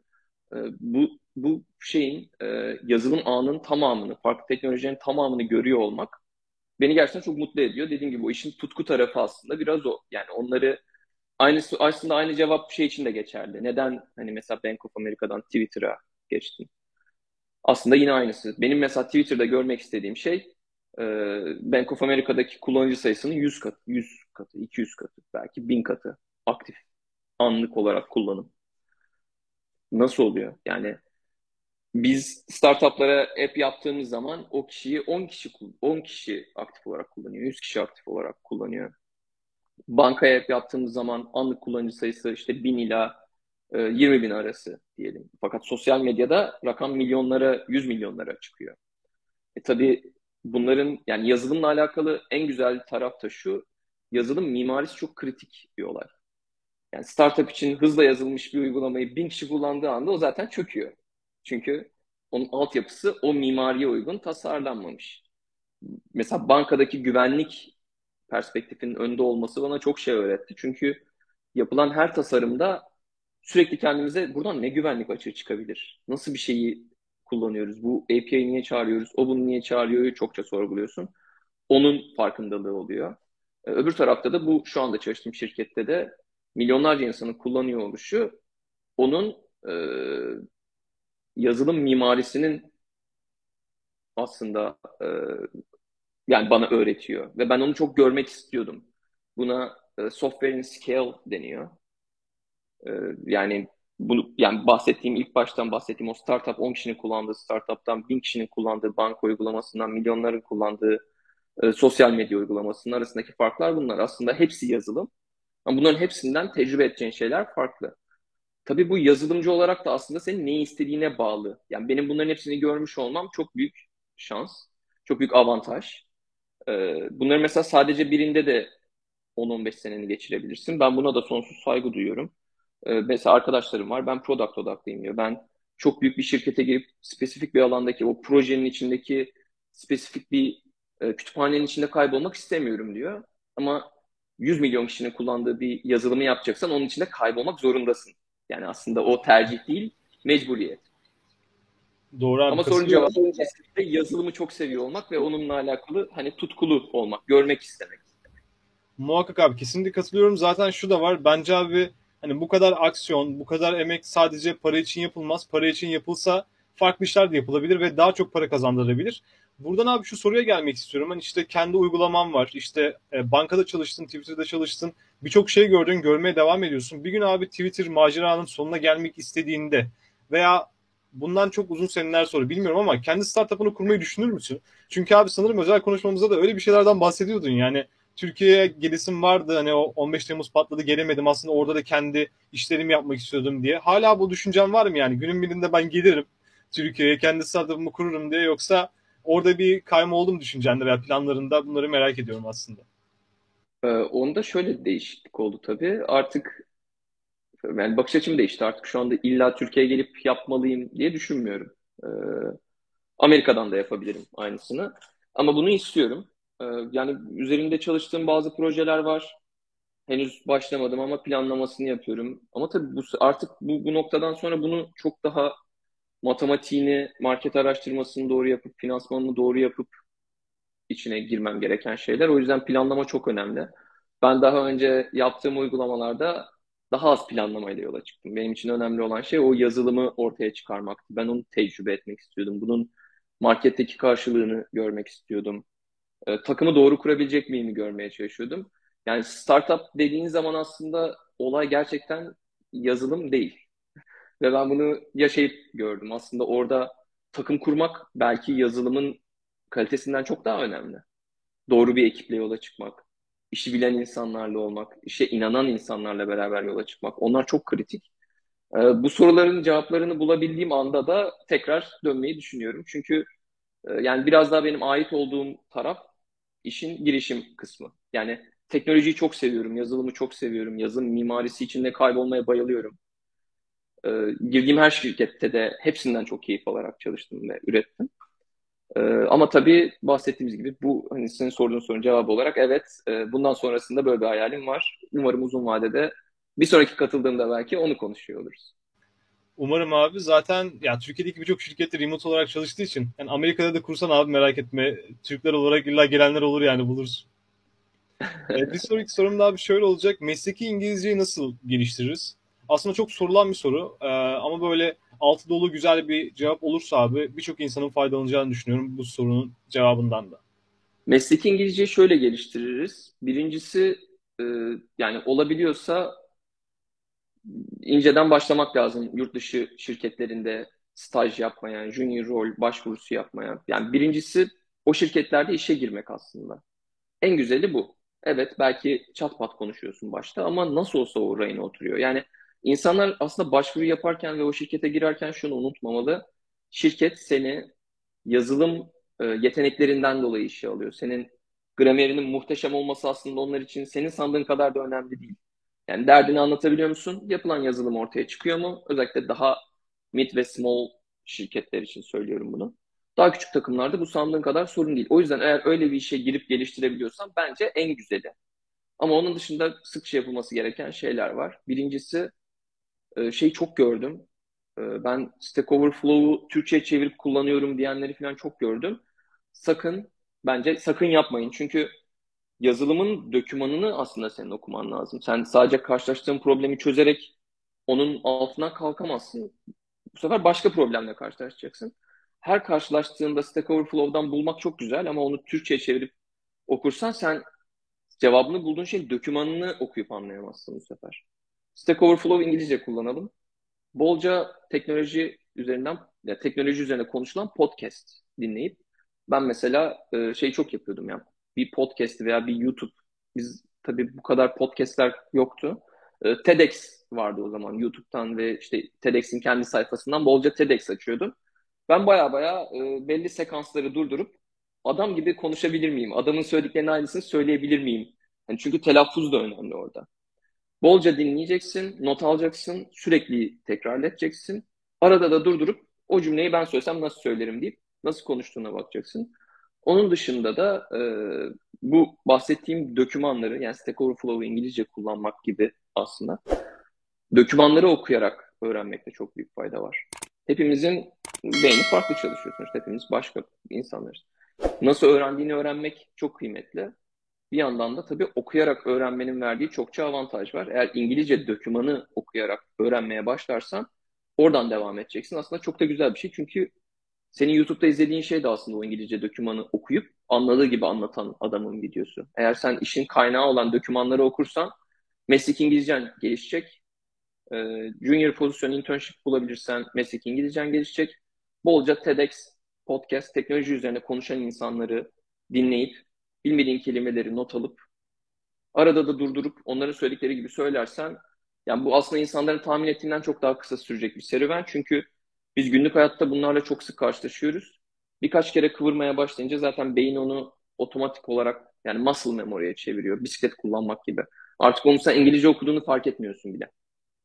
Bu şeyin, yazılım ağının tamamını, farklı teknolojilerin tamamını görüyor olmak beni gerçekten çok mutlu ediyor. Dediğim gibi o işin tutku tarafı aslında biraz o. Yani onları, aslında aynı cevap şey için de geçerli. Neden hani mesela Bank of America'dan Twitter'a geçtin? Aslında yine aynısı. Benim mesela Twitter'da görmek istediğim şey, e, Bank of America'daki kullanıcı sayısının 100 katı, 100 katı, 200 katı, belki 1000 katı aktif anlık olarak kullanım. Nasıl oluyor? Yani biz startuplara app yaptığımız zaman o kişiyi 10 kişi aktif olarak kullanıyor, 100 kişi aktif olarak kullanıyor. Bankaya app yaptığımız zaman anlık kullanıcı sayısı işte 1000 ila 20 bin arası diyelim. Fakat sosyal medyada rakam milyonlara, 100 milyonlara çıkıyor. Tabii bunların, yani yazılımla alakalı en güzel taraf da şu: yazılım mimarisi çok kritik diyorlar. Yani startup için hızla yazılmış bir uygulamayı 1000 kişi kullandığı anda o zaten çöküyor. Çünkü onun altyapısı o mimariye uygun tasarlanmamış. Mesela bankadaki güvenlik perspektifinin önde olması bana çok şey öğretti. Çünkü yapılan her tasarımda sürekli kendimize buradan ne güvenlik açığı çıkabilir? Nasıl bir şeyi kullanıyoruz? Bu API'yi niye çağırıyoruz? O bunu niye çağırıyor? Çokça sorguluyorsun. Onun farkındalığı oluyor. Öbür tarafta da bu şu anda çalıştığım şirkette de milyonlarca insanın kullanıyor oluşu onun e, yazılım mimarisinin aslında yani bana öğretiyor. Ve ben onu çok görmek istiyordum. Buna software in scale deniyor. E, Yani bunu, yani ilk baştan bahsettiğim o startup, 10 kişinin kullandığı startuptan 1000 kişinin kullandığı banka uygulamasından milyonların kullandığı sosyal medya uygulamasının arasındaki farklar bunlar. Aslında hepsi yazılım. Ama bunların hepsinden tecrübe edeceğin şeyler farklı. Tabii bu yazılımcı olarak da aslında senin ne istediğine bağlı. Yani benim bunların hepsini görmüş olmam çok büyük şans, çok büyük avantaj. Bunları mesela sadece birinde de 10-15 seneni geçirebilirsin. Ben buna da sonsuz saygı duyuyorum. Mesela arkadaşlarım var, ben product odaklıyım diyor. Ben çok büyük bir şirkete girip spesifik bir alandaki o projenin içindeki spesifik bir kütüphanenin içinde kaybolmak istemiyorum diyor. Ama 100 milyon kişinin kullandığı bir yazılımı yapacaksan onun içinde kaybolmak zorundasın. Yani aslında o tercih değil, mecburiyet. Doğru abi, Ama sorun katılıyorum. cevabı kesinlikle yazılımı çok seviyor olmak ve onunla alakalı hani tutkulu olmak, görmek istemek. Muhakkak abi, kesinlikle katılıyorum. Zaten şu da var. Bence abi hani bu kadar aksiyon, bu kadar emek sadece para için yapılmaz. Para için yapılsa farklı işler de yapılabilir ve daha çok para kazandırabilir. Buradan abi şu soruya gelmek istiyorum. Hani işte kendi uygulaman var. İşte bankada çalıştın, Twitter'da çalıştın. Birçok şey gördün, görmeye devam ediyorsun. Bir gün abi Twitter maceranın sonuna gelmek istediğinde veya bundan çok uzun seneler sonra bilmiyorum ama kendi startup'ını kurmayı düşünür müsün? Çünkü abi sanırım özel konuşmamızda da öyle bir şeylerden bahsediyordun. Yani Türkiye'ye gelisim vardı. Hani o 15 Temmuz patladı, gelemedim. Aslında orada da kendi işlerimi yapmak istiyordum diye. Hala bu düşüncen var mı yani? Günün birinde ben gelirim Türkiye'ye, kendi startup'ımı kururum diye, yoksa orada bir kayma oldu mu düşüncende veya planlarında? Bunları merak ediyorum aslında. Onda şöyle değişiklik oldu tabii. Artık yani bakış açım değişti. Artık şu anda illa Türkiye'ye gelip yapmalıyım diye düşünmüyorum. Ee, Amerika'dan da yapabilirim aynısını. Ama bunu istiyorum. Yani üzerinde çalıştığım bazı projeler var. Henüz başlamadım ama planlamasını yapıyorum. Ama tabii artık bu noktadan sonra bunu çok daha matematiğini, market araştırmasını doğru yapıp, finansmanını doğru yapıp içine girmem gereken şeyler. O yüzden planlama çok önemli. Ben daha önce yaptığım uygulamalarda daha az planlamayla yola çıktım. Benim için önemli olan şey o yazılımı ortaya çıkarmaktı. Ben onu tecrübe etmek istiyordum. Bunun marketteki karşılığını görmek istiyordum. Takımı doğru kurabilecek miyim görmeye çalışıyordum. Yani startup dediğin zaman aslında olay gerçekten yazılım değil. Ve ben bunu yaşayıp gördüm. Aslında orada takım kurmak belki yazılımın kalitesinden çok daha önemli. Doğru bir ekiple yola çıkmak, işi bilen insanlarla olmak, işe inanan insanlarla beraber yola çıkmak. Onlar çok kritik. Bu soruların cevaplarını bulabildiğim anda da tekrar dönmeyi düşünüyorum. Çünkü yani biraz daha benim ait olduğum taraf işin girişim kısmı. Yani teknolojiyi çok seviyorum, yazılımı çok seviyorum, yazılım mimarisi içinde kaybolmaya bayılıyorum. Girdiğim her şirkette de hepsinden çok keyif alarak çalıştım ve ürettim. Ama tabii bahsettiğimiz gibi bu hani senin sorduğun sorunun cevabı olarak evet, bundan sonrasında böyle bir hayalim var. Umarım uzun vadede bir sonraki katıldığımda belki onu konuşuyor oluruz. Umarım abi. Zaten ya Türkiye'deki birçok şirkette remote olarak çalıştığı için yani Amerika'da da kursan abi merak etme. Türkler olarak illa gelenler olur yani buluruz. Bir sonraki sorum da abi şöyle olacak. Mesleki İngilizceyi nasıl geliştiririz? Aslında çok sorulan bir soru. Ama böyle altı dolu güzel bir cevap olursa abi birçok insanın faydalanacağını düşünüyorum bu sorunun cevabından da. Mesleki İngilizceyi şöyle geliştiririz. Birincisi e, yani olabiliyorsa inceden başlamak lazım yurt dışı şirketlerinde staj yapmaya, junior rol başvurusu yapmaya. Yani birincisi o şirketlerde işe girmek aslında. En güzeli bu. Evet belki çat pat konuşuyorsun başta ama nasıl olsa o rayına oturuyor. Yani insanlar aslında başvuru yaparken ve o şirkete girerken şunu unutmamalı. Şirket seni yazılım yeteneklerinden dolayı işe alıyor. Senin gramerinin muhteşem olması aslında onlar için senin sandığın kadar da önemli değil. Yani derdini anlatabiliyor musun? Yapılan yazılım ortaya çıkıyor mu? Özellikle daha mid ve small şirketler için söylüyorum bunu. Daha küçük takımlarda bu sandığın kadar sorun değil. O yüzden eğer öyle bir işe girip geliştirebiliyorsan bence en güzeli. Ama onun dışında sıkça yapılması gereken şeyler var. Birincisi şey çok gördüm. Ben Stack Overflow'u Türkçe'ye çevirip kullanıyorum diyenleri falan çok gördüm. Sakın, bence sakın yapmayın. Çünkü yazılımın dokümanını aslında senin okuman lazım. Sen sadece karşılaştığın problemi çözerek onun altından kalkamazsın. Bu sefer başka problemle karşılaşacaksın. Her karşılaştığında Stack Overflow'dan bulmak çok güzel ama onu Türkçe'ye çevirip okursan sen cevabını bulduğun şeyin dokümanını okuyup anlayamazsın bu sefer. Stack Overflow İngilizce kullanalım. Bolca teknoloji üzerinden ya teknoloji üzerine konuşulan podcast dinleyip ben mesela şey çok yapıyordum ya. Bir podcast veya bir YouTube. Biz tabii bu kadar podcastler yoktu. TEDx vardı o zaman YouTube'dan ve işte TEDx'in kendi sayfasından bolca TEDx açıyordum. Ben baya baya belli sekansları durdurup adam gibi konuşabilir miyim? Adamın söylediklerinin aynısını söyleyebilir miyim? Yani çünkü telaffuz da önemli orada. Bolca dinleyeceksin, not alacaksın, sürekli tekrar edeceksin. Arada da durdurup o cümleyi ben söylesem nasıl söylerim deyip nasıl konuştuğuna bakacaksın. Onun dışında da bu bahsettiğim dokümanları yani Stack Overflow'u İngilizce kullanmak gibi aslında dokümanları okuyarak öğrenmekte çok büyük fayda var. Hepimizin beyni farklı çalışıyor sonuçta. Hepimiz başka insanlarız. Nasıl öğrendiğini öğrenmek çok kıymetli. Bir yandan da tabii okuyarak öğrenmenin verdiği çokça avantaj var. Eğer İngilizce dokümanı okuyarak öğrenmeye başlarsan oradan devam edeceksin. Aslında çok da güzel bir şey çünkü senin YouTube'da izlediğin şey de aslında o İngilizce dokümanı okuyup anladığı gibi anlatan adamın videosu. Eğer sen işin kaynağı olan dokümanları okursan meslek İngilizcen gelişecek. Junior pozisyon internship bulabilirsen meslek İngilizcen gelişecek. Bolca TEDx, podcast, teknoloji üzerine konuşan insanları dinleyip bilmediğin kelimeleri not alıp arada da durdurup onların söyledikleri gibi söylersen yani bu aslında insanların tahmin ettiğinden çok daha kısa sürecek bir serüven. Çünkü biz günlük hayatta bunlarla çok sık karşılaşıyoruz. Birkaç kere kıvırmaya başlayınca zaten beyin onu otomatik olarak yani muscle memory'ye çeviriyor. Bisiklet kullanmak gibi. Artık onu sen İngilizce okuduğunu fark etmiyorsun bile.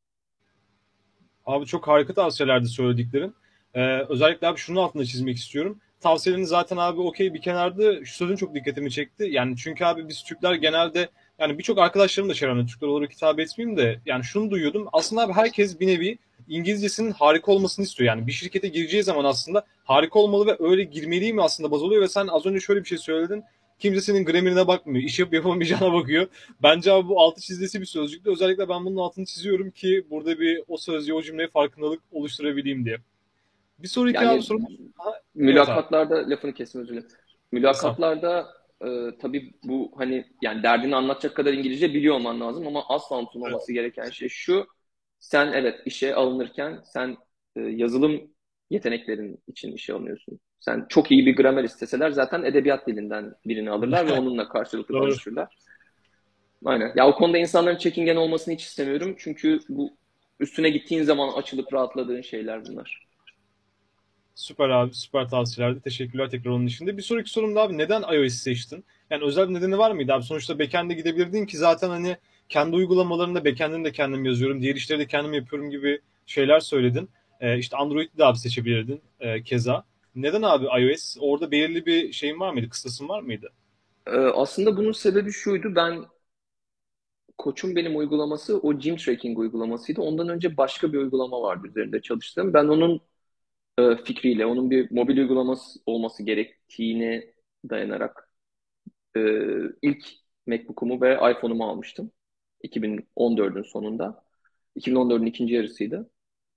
Abi çok harika tavsiyelerdi söylediklerin. Özellikle abi şunun altında çizmek istiyorum. Tavsiyelerin zaten abi okey bir kenarda şu sözün çok dikkatimi çekti. Yani çünkü abi biz Türkler genelde yani birçok arkadaşlarım da çevremde Türkler olarak hitap etmeyeyim de yani şunu duyuyordum. Aslında abi herkes bir nevi İngilizcesinin harika olmasını istiyor. Yani bir şirkete gireceği zaman aslında harika olmalı ve öyle girmeliyim aslında baz oluyor ve sen az önce şöyle bir şey söyledin. Kimse senin gramerine bakmıyor. İş yapıp yapamayacağına bakıyor. Bence abi bu altı çizgisi bir sözcüktü. Özellikle ben bunun altını çiziyorum ki burada bir o sözcüğe, o cümleye farkındalık oluşturabileyim diye. Bir sonraki abi Yani sorum. Ha, evet abi. mülakatlarda lafını kestim, özür dilerim. Estağfurullah. Mülakatlarda tabii bu hani yani derdini anlatacak kadar İngilizce biliyor olman lazım ama asla Evet. unutulmaması gereken şey şu. Sen evet işe alınırken sen yazılım yeteneklerin için işe alınıyorsun. Sen çok iyi bir gramer isteseler zaten edebiyat dilinden birini alırlar ve onunla karşılıklı Doğru. konuşurlar. Aynen. Ya o konuda insanların çekingen olmasını hiç istemiyorum. Çünkü bu üstüne gittiğin zaman açılıp rahatladığın şeyler bunlar. Süper abi, süper tavsiyelerdi. Teşekkürler tekrar onun için de. Bir sonraki sorum da abi neden iOS seçtin? Yani özel bir nedeni var mıydı abi? Sonuçta backend'e gidebilirdin ki zaten hani kendi uygulamalarında backend'ini de kendim yazıyorum. Diğer işleri de kendim yapıyorum gibi şeyler söyledin. İşte Android'i de abi seçebilirdin keza. Neden abi iOS? Orada belirli bir şeyin var mıydı? Kıstasın var mıydı? Aslında bunun sebebi şuydu. Koçum benim uygulaması o gym tracking uygulamasıydı. Ondan önce başka bir uygulama vardı üzerinde çalıştığım. Ben onun fikriyle, onun bir mobil uygulaması olması gerektiğine dayanarak e, ilk MacBook'umu ve iPhone'umu almıştım. 2014'ün sonunda. 2014'ün ikinci yarısıydı.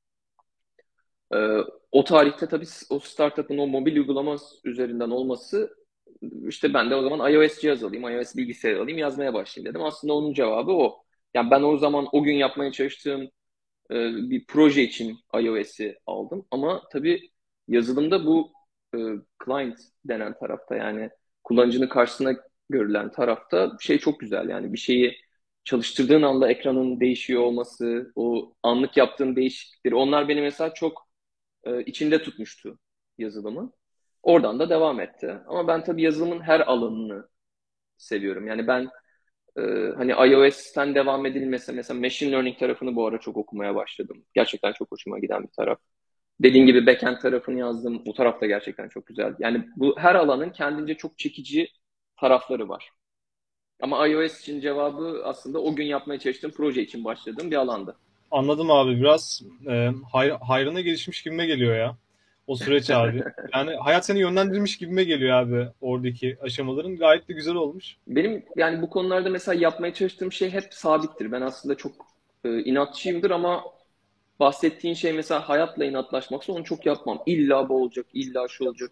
E, O tarihte tabii o startup'ın o mobil uygulaması üzerinden olması işte ben de o zaman iOS cihaz alayım, iOS bilgisayar alayım, yazmaya başlayayım dedim. Aslında onun cevabı o. Yani ben o zaman o gün yapmaya çalıştığım bir proje için iOS'i aldım. Ama tabii yazılımda bu e, client denen tarafta yani kullanıcının karşısına görülen tarafta şey çok güzel. Yani bir şeyi çalıştırdığın anda ekranın değişiyor olması, o anlık yaptığın değişiklikleri onlar beni mesela çok içinde tutmuştu yazılımı. Oradan da devam etti. Ama ben tabii yazılımın her alanını seviyorum. Yani ben ee, hani iOS'ten devam edilmese mesela machine learning tarafını bu ara çok okumaya başladım. Gerçekten çok hoşuma giden bir taraf. Dediğim gibi backend tarafını yazdım. Bu taraf da gerçekten çok güzel. Yani bu her alanın kendince çok çekici tarafları var. Ama iOS için cevabı aslında o gün yapmaya çalıştığım proje için başladığım bir alandı. Anladım abi. Biraz hayrına gelişmiş gibime geliyor ya. O süreç abi. Yani hayat seni yönlendirmiş gibime geliyor abi oradaki aşamaların. Gayet de güzel olmuş. Benim yani bu konularda mesela yapmaya çalıştığım şey hep sabittir. Ben aslında çok inatçıyımdır ama bahsettiğin şey mesela hayatla inatlaşmaksa onu çok yapmam. İlla bu olacak, illa şu olacak.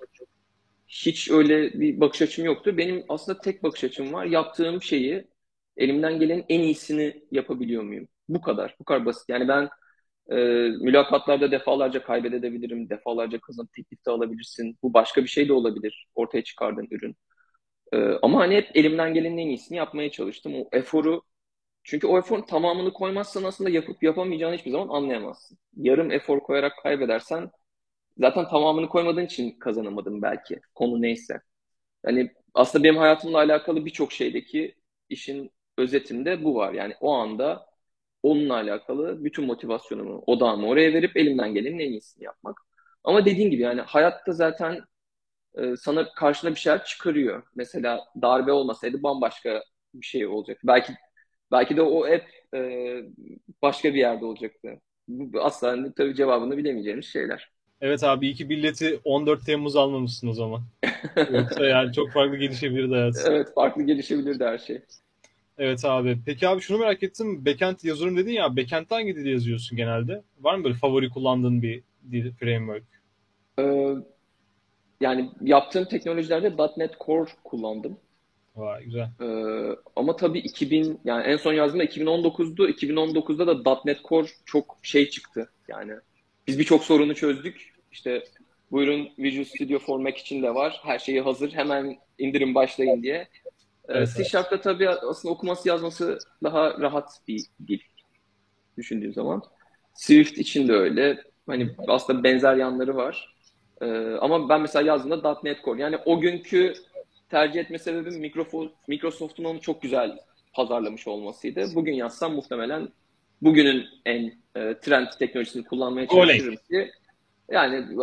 Hiç öyle bir bakış açım yoktu. Benim aslında tek bakış açım var. Yaptığım şeyi elimden gelenin en iyisini yapabiliyor muyum? Bu kadar. Bu kadar basit. Yani ben e, mülakatlarda defalarca kaybedebilirim. Defalarca kazanıp teklif de alabilirsin. Bu başka bir şey de olabilir. Ortaya çıkardığın ürün. Ama hani hep elimden gelenin en iyisini yapmaya çalıştım. O eforu çünkü o eforun tamamını koymazsan aslında yapıp yapamayacağını hiçbir zaman anlayamazsın. Yarım efor koyarak kaybedersen zaten tamamını koymadığın için kazanamadın belki. Konu neyse. Yani aslında benim hayatımla alakalı birçok şeydeki işin özetinde bu var. Yani o anda onunla alakalı bütün motivasyonumu, odağımı oraya verip elimden gelenin en iyisini yapmak. Ama dediğin gibi yani hayatta zaten sana karşına bir şeyler çıkarıyor. Mesela darbe olmasaydı bambaşka bir şey olacak. Belki de o hep e, başka bir yerde olacaktı. Bu asla hani tabii cevabını bilemeyeceğimiz şeyler. Evet abi iyi ki billeti 14 Temmuz almamışsın o zaman. Yoksa yani çok farklı gelişebilirdi hayat. Evet, farklı gelişebilirdi her şey. Evet abi. Peki abi şunu merak ettim. Backend yazıyorum dedin ya. Backend'de hangi dili yazıyorsun genelde? Var mı böyle favori kullandığın bir dil, framework? Ee, Yani yaptığım teknolojilerde .NET Core kullandım. Vay güzel. Ama tabii 2000 yani en son yazdığımda 2019'du. 2019'da da .NET Core çok şey çıktı. Yani biz birçok sorunu çözdük. İşte buyurun Visual Studio for Mac için de var. Her şeyi hazır. Hemen indirin başlayın diye. Evet C abi. Sharp'ta tabii aslında okuması yazması daha rahat bir dil düşündüğün zaman. Swift için de öyle. Hani aslında benzer yanları var. Ama ben mesela yazdığımda .NET Core. Yani o günkü tercih etme sebebim Microsoft'un onu çok güzel pazarlamış olmasıydı. Bugün yazsam muhtemelen bugünün en trend teknolojisini kullanmaya Golang. çalışırım ki yani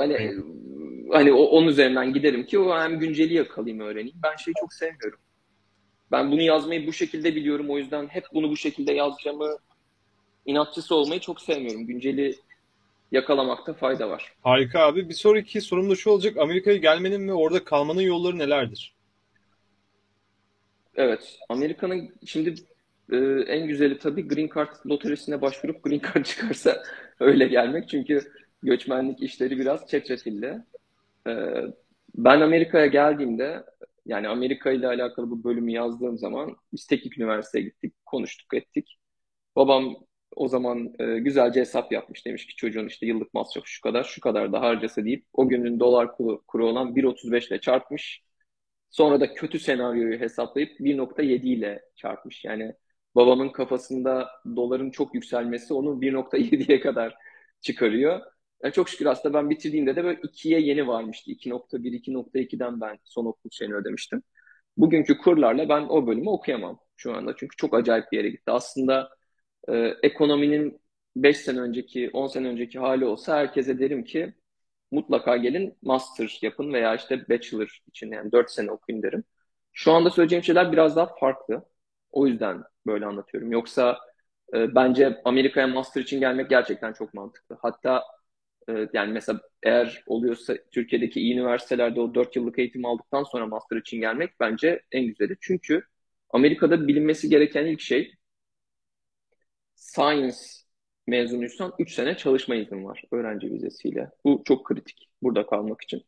hani onun üzerinden giderim ki o hem günceli yakalayayım öğreneyim. Ben şeyi çok sevmiyorum. Ben bunu yazmayı bu şekilde biliyorum. O yüzden hep bunu bu şekilde yazacağımı inatçısı olmayı çok sevmiyorum. Günceli yakalamakta fayda var. Harika abi. Bir sonraki sorum da şu olacak. Amerika'ya gelmenin ve orada kalmanın yolları nelerdir? Evet, Amerika'nın şimdi en güzeli tabii Green Card loterisine başvurup Green Card çıkarsa öyle gelmek. Çünkü göçmenlik işleri biraz çetrefilli. E, Ben Amerika'ya geldiğimde, yani Amerika ile alakalı bu bölümü yazdığım zaman biz teknik üniversiteye gittik, konuştuk, ettik. Babam o zaman güzelce hesap yapmış. Demiş ki çocuğun işte yıllık masrafı şu kadar, şu kadar da harcasa deyip o günün dolar kuru olan 1.35 ile çarpmış. Sonra da kötü senaryoyu hesaplayıp 1.7 ile çarpmış. Yani babamın kafasında doların çok yükselmesi onu 1.7'ye kadar çıkarıyor. Yani çok şükür aslında ben bitirdiğimde de böyle 2'ye yeni varmıştı. 2.1, 2.2'den ben son okul şeyini ödemiştim. Bugünkü kurlarla ben o bölümü okuyamam şu anda. Çünkü çok acayip bir yere gitti. Aslında ekonominin 5 sene önceki, 10 sene önceki hali olsa herkese derim ki mutlaka gelin master yapın veya işte bachelor için yani 4 sene okuyun derim. Şu anda söyleyeceğim şeyler biraz daha farklı. O yüzden böyle anlatıyorum. Yoksa bence Amerika'ya master için gelmek gerçekten çok mantıklı. Hatta yani mesela eğer oluyorsa Türkiye'deki iyi üniversitelerde o 4 yıllık eğitim aldıktan sonra master için gelmek bence en güzeli. Çünkü Amerika'da bilinmesi gereken ilk şey science mezunuysan 3 sene çalışma iznin var öğrenci vizesiyle. Bu çok kritik burada kalmak için.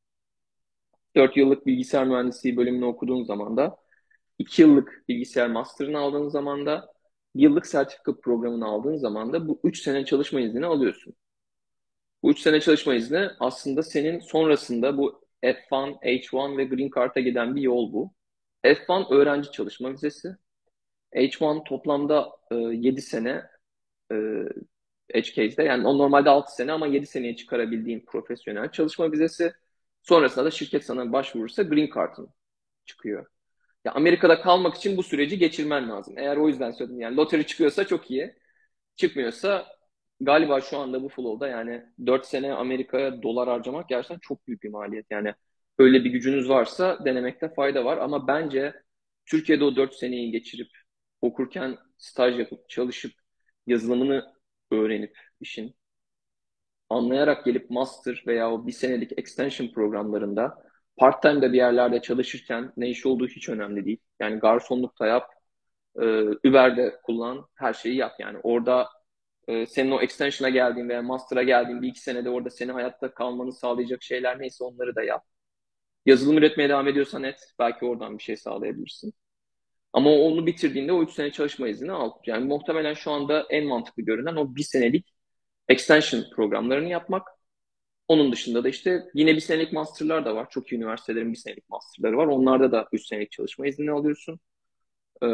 4 yıllık bilgisayar mühendisliği bölümünü okuduğun zaman da 2 yıllık bilgisayar master'ını aldığın zaman da yıllık sertifika programını aldığın zaman da bu 3 sene çalışma iznini alıyorsun. Bu 3 sene çalışma izni aslında senin sonrasında bu F1, H1 ve Green Card'a giden bir yol bu. F1 öğrenci çalışma vizesi. H1 toplamda 7 sene e, Edge case'de. Yani o normalde 6 sene ama 7 seneye çıkarabildiğin profesyonel çalışma vizesi. Sonrasında da şirket sana başvurursa Green Card'ın çıkıyor. Ya Amerika'da kalmak için bu süreci geçirmen lazım. Eğer o yüzden söyledim yani loteri çıkıyorsa çok iyi. Çıkmıyorsa galiba şu anda bu flow'da yani 4 sene Amerika'ya dolar harcamak gerçekten çok büyük bir maliyet. Yani öyle bir gücünüz varsa denemekte fayda var ama bence Türkiye'de o 4 seneyi geçirip okurken staj yapıp çalışıp yazılımını öğrenip işin anlayarak gelip master veya o bir senelik extension programlarında part-time bir yerlerde çalışırken ne iş olduğu hiç önemli değil. Yani garsonluk da yap, Uber'de kullan, her şeyi yap. Yani orada senin o extension'a geldiğin veya master'a geldiğin bir iki senede orada seni hayatta kalmanı sağlayacak şeyler neyse onları da yap. Yazılım üretmeye devam ediyorsan et. Belki oradan bir şey sağlayabilirsin. Ama onu bitirdiğinde o 3 sene çalışma izni al. Yani muhtemelen şu anda en mantıklı görünen o bir senelik extension programlarını yapmak. Onun dışında da işte yine bir senelik master'lar da var. Çok iyi üniversitelerin bir senelik master'ları var. Onlarda da 3 senelik çalışma izni alıyorsun. Ee,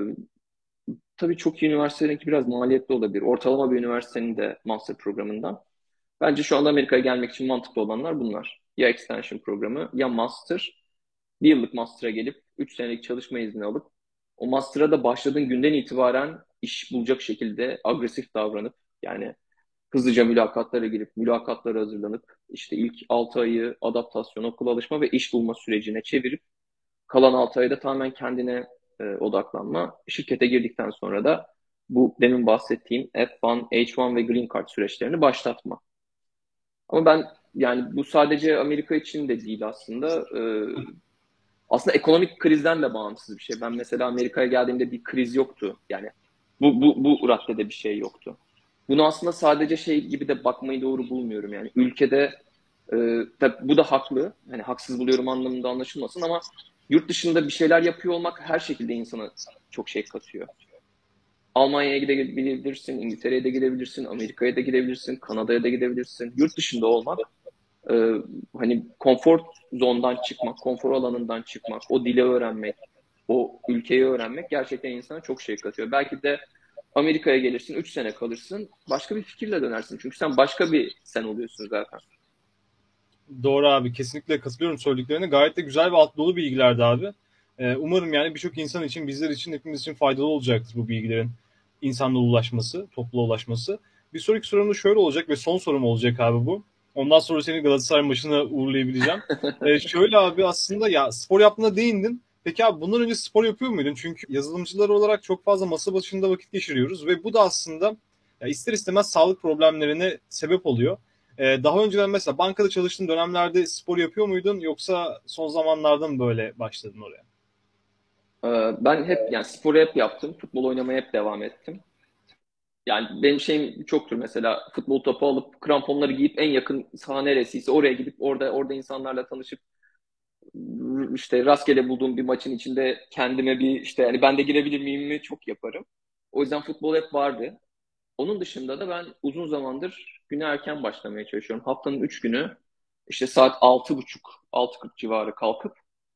tabii çok iyi üniversitelerinki biraz maliyetli olabilir. Ortalama bir üniversitenin de master programından. Bence şu anda Amerika'ya gelmek için mantıklı olanlar bunlar. Ya extension programı ya master. Bir yıllık master'a gelip 3 senelik çalışma izni alıp o master'a da başladığın günden itibaren iş bulacak şekilde agresif davranıp yani hızlıca mülakatlara girip mülakatlara hazırlanıp işte ilk 6 ayı adaptasyon, okul alışma ve iş bulma sürecine çevirip kalan 6 ayda tamamen kendine odaklanma. Şirkete girdikten sonra da bu demin bahsettiğim F1, H1 ve Green Card süreçlerini başlatma. Ama ben yani bu sadece Amerika için de değil aslında. Aslında ekonomik krizden de bağımsız bir şey. Ben mesela Amerika'ya geldiğimde bir kriz yoktu. Yani bu raddede bir şey yoktu. Bunu aslında sadece şey gibi de bakmayı doğru bulmuyorum. Yani ülkede tabii bu da haklı. Hani haksız buluyorum anlamında anlaşılmasın ama yurt dışında bir şeyler yapıyor olmak her şekilde insana çok şey katıyor. Almanya'ya gidebilirsin, İngiltere'ye de gidebilirsin, Amerika'ya da gidebilirsin, Kanada'ya da gidebilirsin. Yurt dışında olmak e, hani konfor zondan çıkmak, konfor alanından çıkmak, o dili öğrenmek, o ülkeyi öğrenmek gerçekten insana çok şey katıyor. Belki de Amerika'ya gelirsin, 3 sene kalırsın, başka bir fikirle dönersin. Çünkü sen başka bir sen oluyorsun zaten. Doğru abi, kesinlikle katılıyorum söylediklerine. Gayet de güzel ve alt dolu bilgilerdi abi. Umarım yani birçok insan için, bizler için, hepimiz için faydalı olacaktır bu bilgilerin insanla ulaşması, topluluğa ulaşması. Bir sonraki sorum da şöyle olacak ve son sorum olacak abi bu. Ondan sonra seni Galatasaray maçına uğurlayabileceğim. Şöyle abi, aslında ya spor yaptığına değindin. Peki abi, bundan önce spor yapıyor muydun? Çünkü yazılımcılar olarak çok fazla masa başında vakit geçiriyoruz ve bu da aslında ya ister istemez sağlık problemlerine sebep oluyor. Daha önceden mesela bankada çalıştığın dönemlerde spor yapıyor muydun, yoksa son zamanlarda mı böyle başladın oraya? Ben hep yani sporu hep yaptım. Futbol oynamaya hep devam ettim. Yani benim şeyim çoktur mesela futbol topu alıp kramponları giyip en yakın saha neresiyse oraya gidip orada insanlarla tanışıp işte rastgele bulduğum bir maçın içinde kendime bir işte yani ben de girebilir miyim mi çok yaparım. O yüzden futbol hep vardı. Onun dışında da ben uzun zamandır güne erken başlamaya çalışıyorum. Haftanın 3 günü işte saat 6.30, 6.40 civarı kalkıp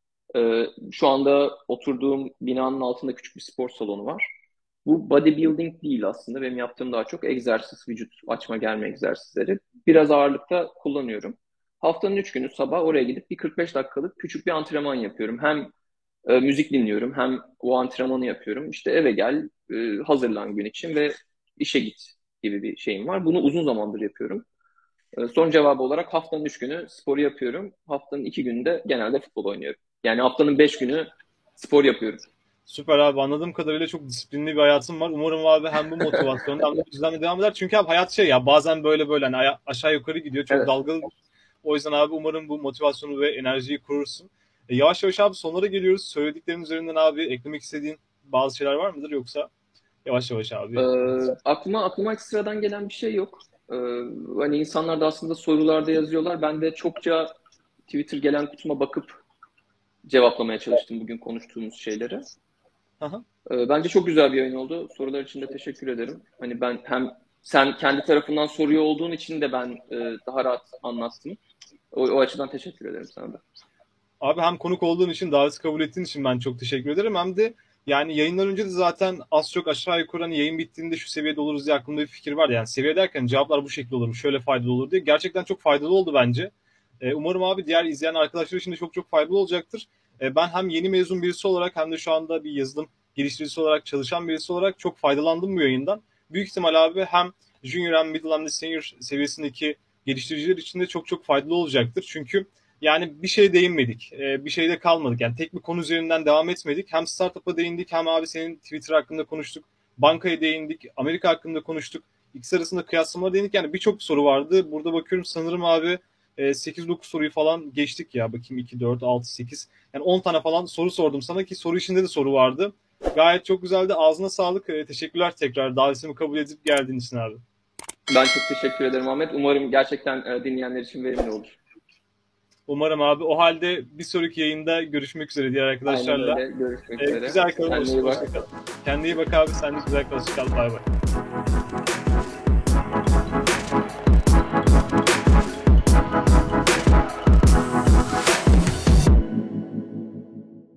şu anda oturduğum binanın altında küçük bir spor salonu var. Bu bodybuilding değil aslında. Benim yaptığım daha çok egzersiz, vücut açma germe egzersizleri. Biraz ağırlıkta kullanıyorum. Haftanın 3 günü sabah oraya gidip bir 45 dakikalık küçük bir antrenman yapıyorum. Hem müzik dinliyorum hem o antrenmanı yapıyorum. İşte eve gel, hazırlan gün için ve işe git gibi bir şeyim var. Bunu uzun zamandır yapıyorum. Son cevabı olarak haftanın 3 günü sporu yapıyorum. Haftanın 2 gününde genelde futbol oynuyorum. Yani haftanın 5 günü spor yapıyorum. Süper abi, anladığım kadarıyla çok disiplinli bir hayatın var. Umarım abi hem bu motivasyonda hem de bu düzenle devam eder. Çünkü abi hayat şey ya, bazen böyle hani aşağı yukarı gidiyor. Çok Evet. dalgalı. O yüzden abi umarım bu motivasyonu ve enerjiyi kurursun. Yavaş yavaş abi sonlara geliyoruz. Söylediklerim üzerinden abi eklemek istediğin bazı şeyler var mıdır, yoksa yavaş yavaş Ee, abi? aklıma ekstradan gelen bir şey yok. Ee, hani insanlar da aslında sorularda yazıyorlar. Ben de çokça Twitter gelen kutuma bakıp cevaplamaya çalıştım bugün konuştuğumuz şeyleri. Aha. Bence çok güzel bir yayın oldu. Sorular için de teşekkür ederim. Hani ben hem sen kendi tarafından soruyor olduğun için de ben daha rahat anlattım. O açıdan teşekkür ederim sana da. Abi hem konuk olduğun için, daveti kabul ettiğin için ben çok teşekkür ederim. Hem de yani yayından önce de zaten az çok aşağı yukarı hani yayın bittiğinde şu seviyede oluruz diye aklımda bir fikir var. Yani seviye derken cevaplar bu şekilde olur, şöyle faydalı olur diye. Gerçekten çok faydalı oldu bence. Umarım abi diğer izleyen arkadaşlar için de çok çok faydalı olacaktır. Ben hem yeni mezun birisi olarak hem de şu anda bir yazılım geliştiricisi olarak çalışan birisi olarak çok faydalandım bu yayından. Büyük ihtimal abi hem junior hem middle hem de senior seviyesindeki geliştiriciler için de çok çok faydalı olacaktır. Çünkü yani bir şeye değinmedik. Bir şeyde kalmadık. Yani tek bir konu üzerinden devam etmedik. Hem startup'a değindik hem abi senin Twitter hakkında konuştuk. Bankaya değindik. Amerika hakkında konuştuk. İkisi arasında kıyaslamalara değindik. Yani birçok soru vardı. Burada bakıyorum sanırım abi 8-9 soruyu falan geçtik ya. Bakayım 2, 4, 6, 8. Yani 10 tane falan soru sordum sana ki soru içinde de soru vardı. Gayet çok güzeldi. Ağzına sağlık. Teşekkürler tekrar. Davetimi kabul edip geldiğin için abi. Ben çok teşekkür ederim Ahmet. Umarım gerçekten dinleyenler için verimli olur. Umarım abi. O halde bir sonraki yayında görüşmek üzere diğer Aynen arkadaşlarla. öyle. Görüşmek üzere. Güzel kalın. Kendine iyi Hoşça bak. kal. Kendine iyi bak abi. Sen de güzel kal. Hoşça kal. Bay bay.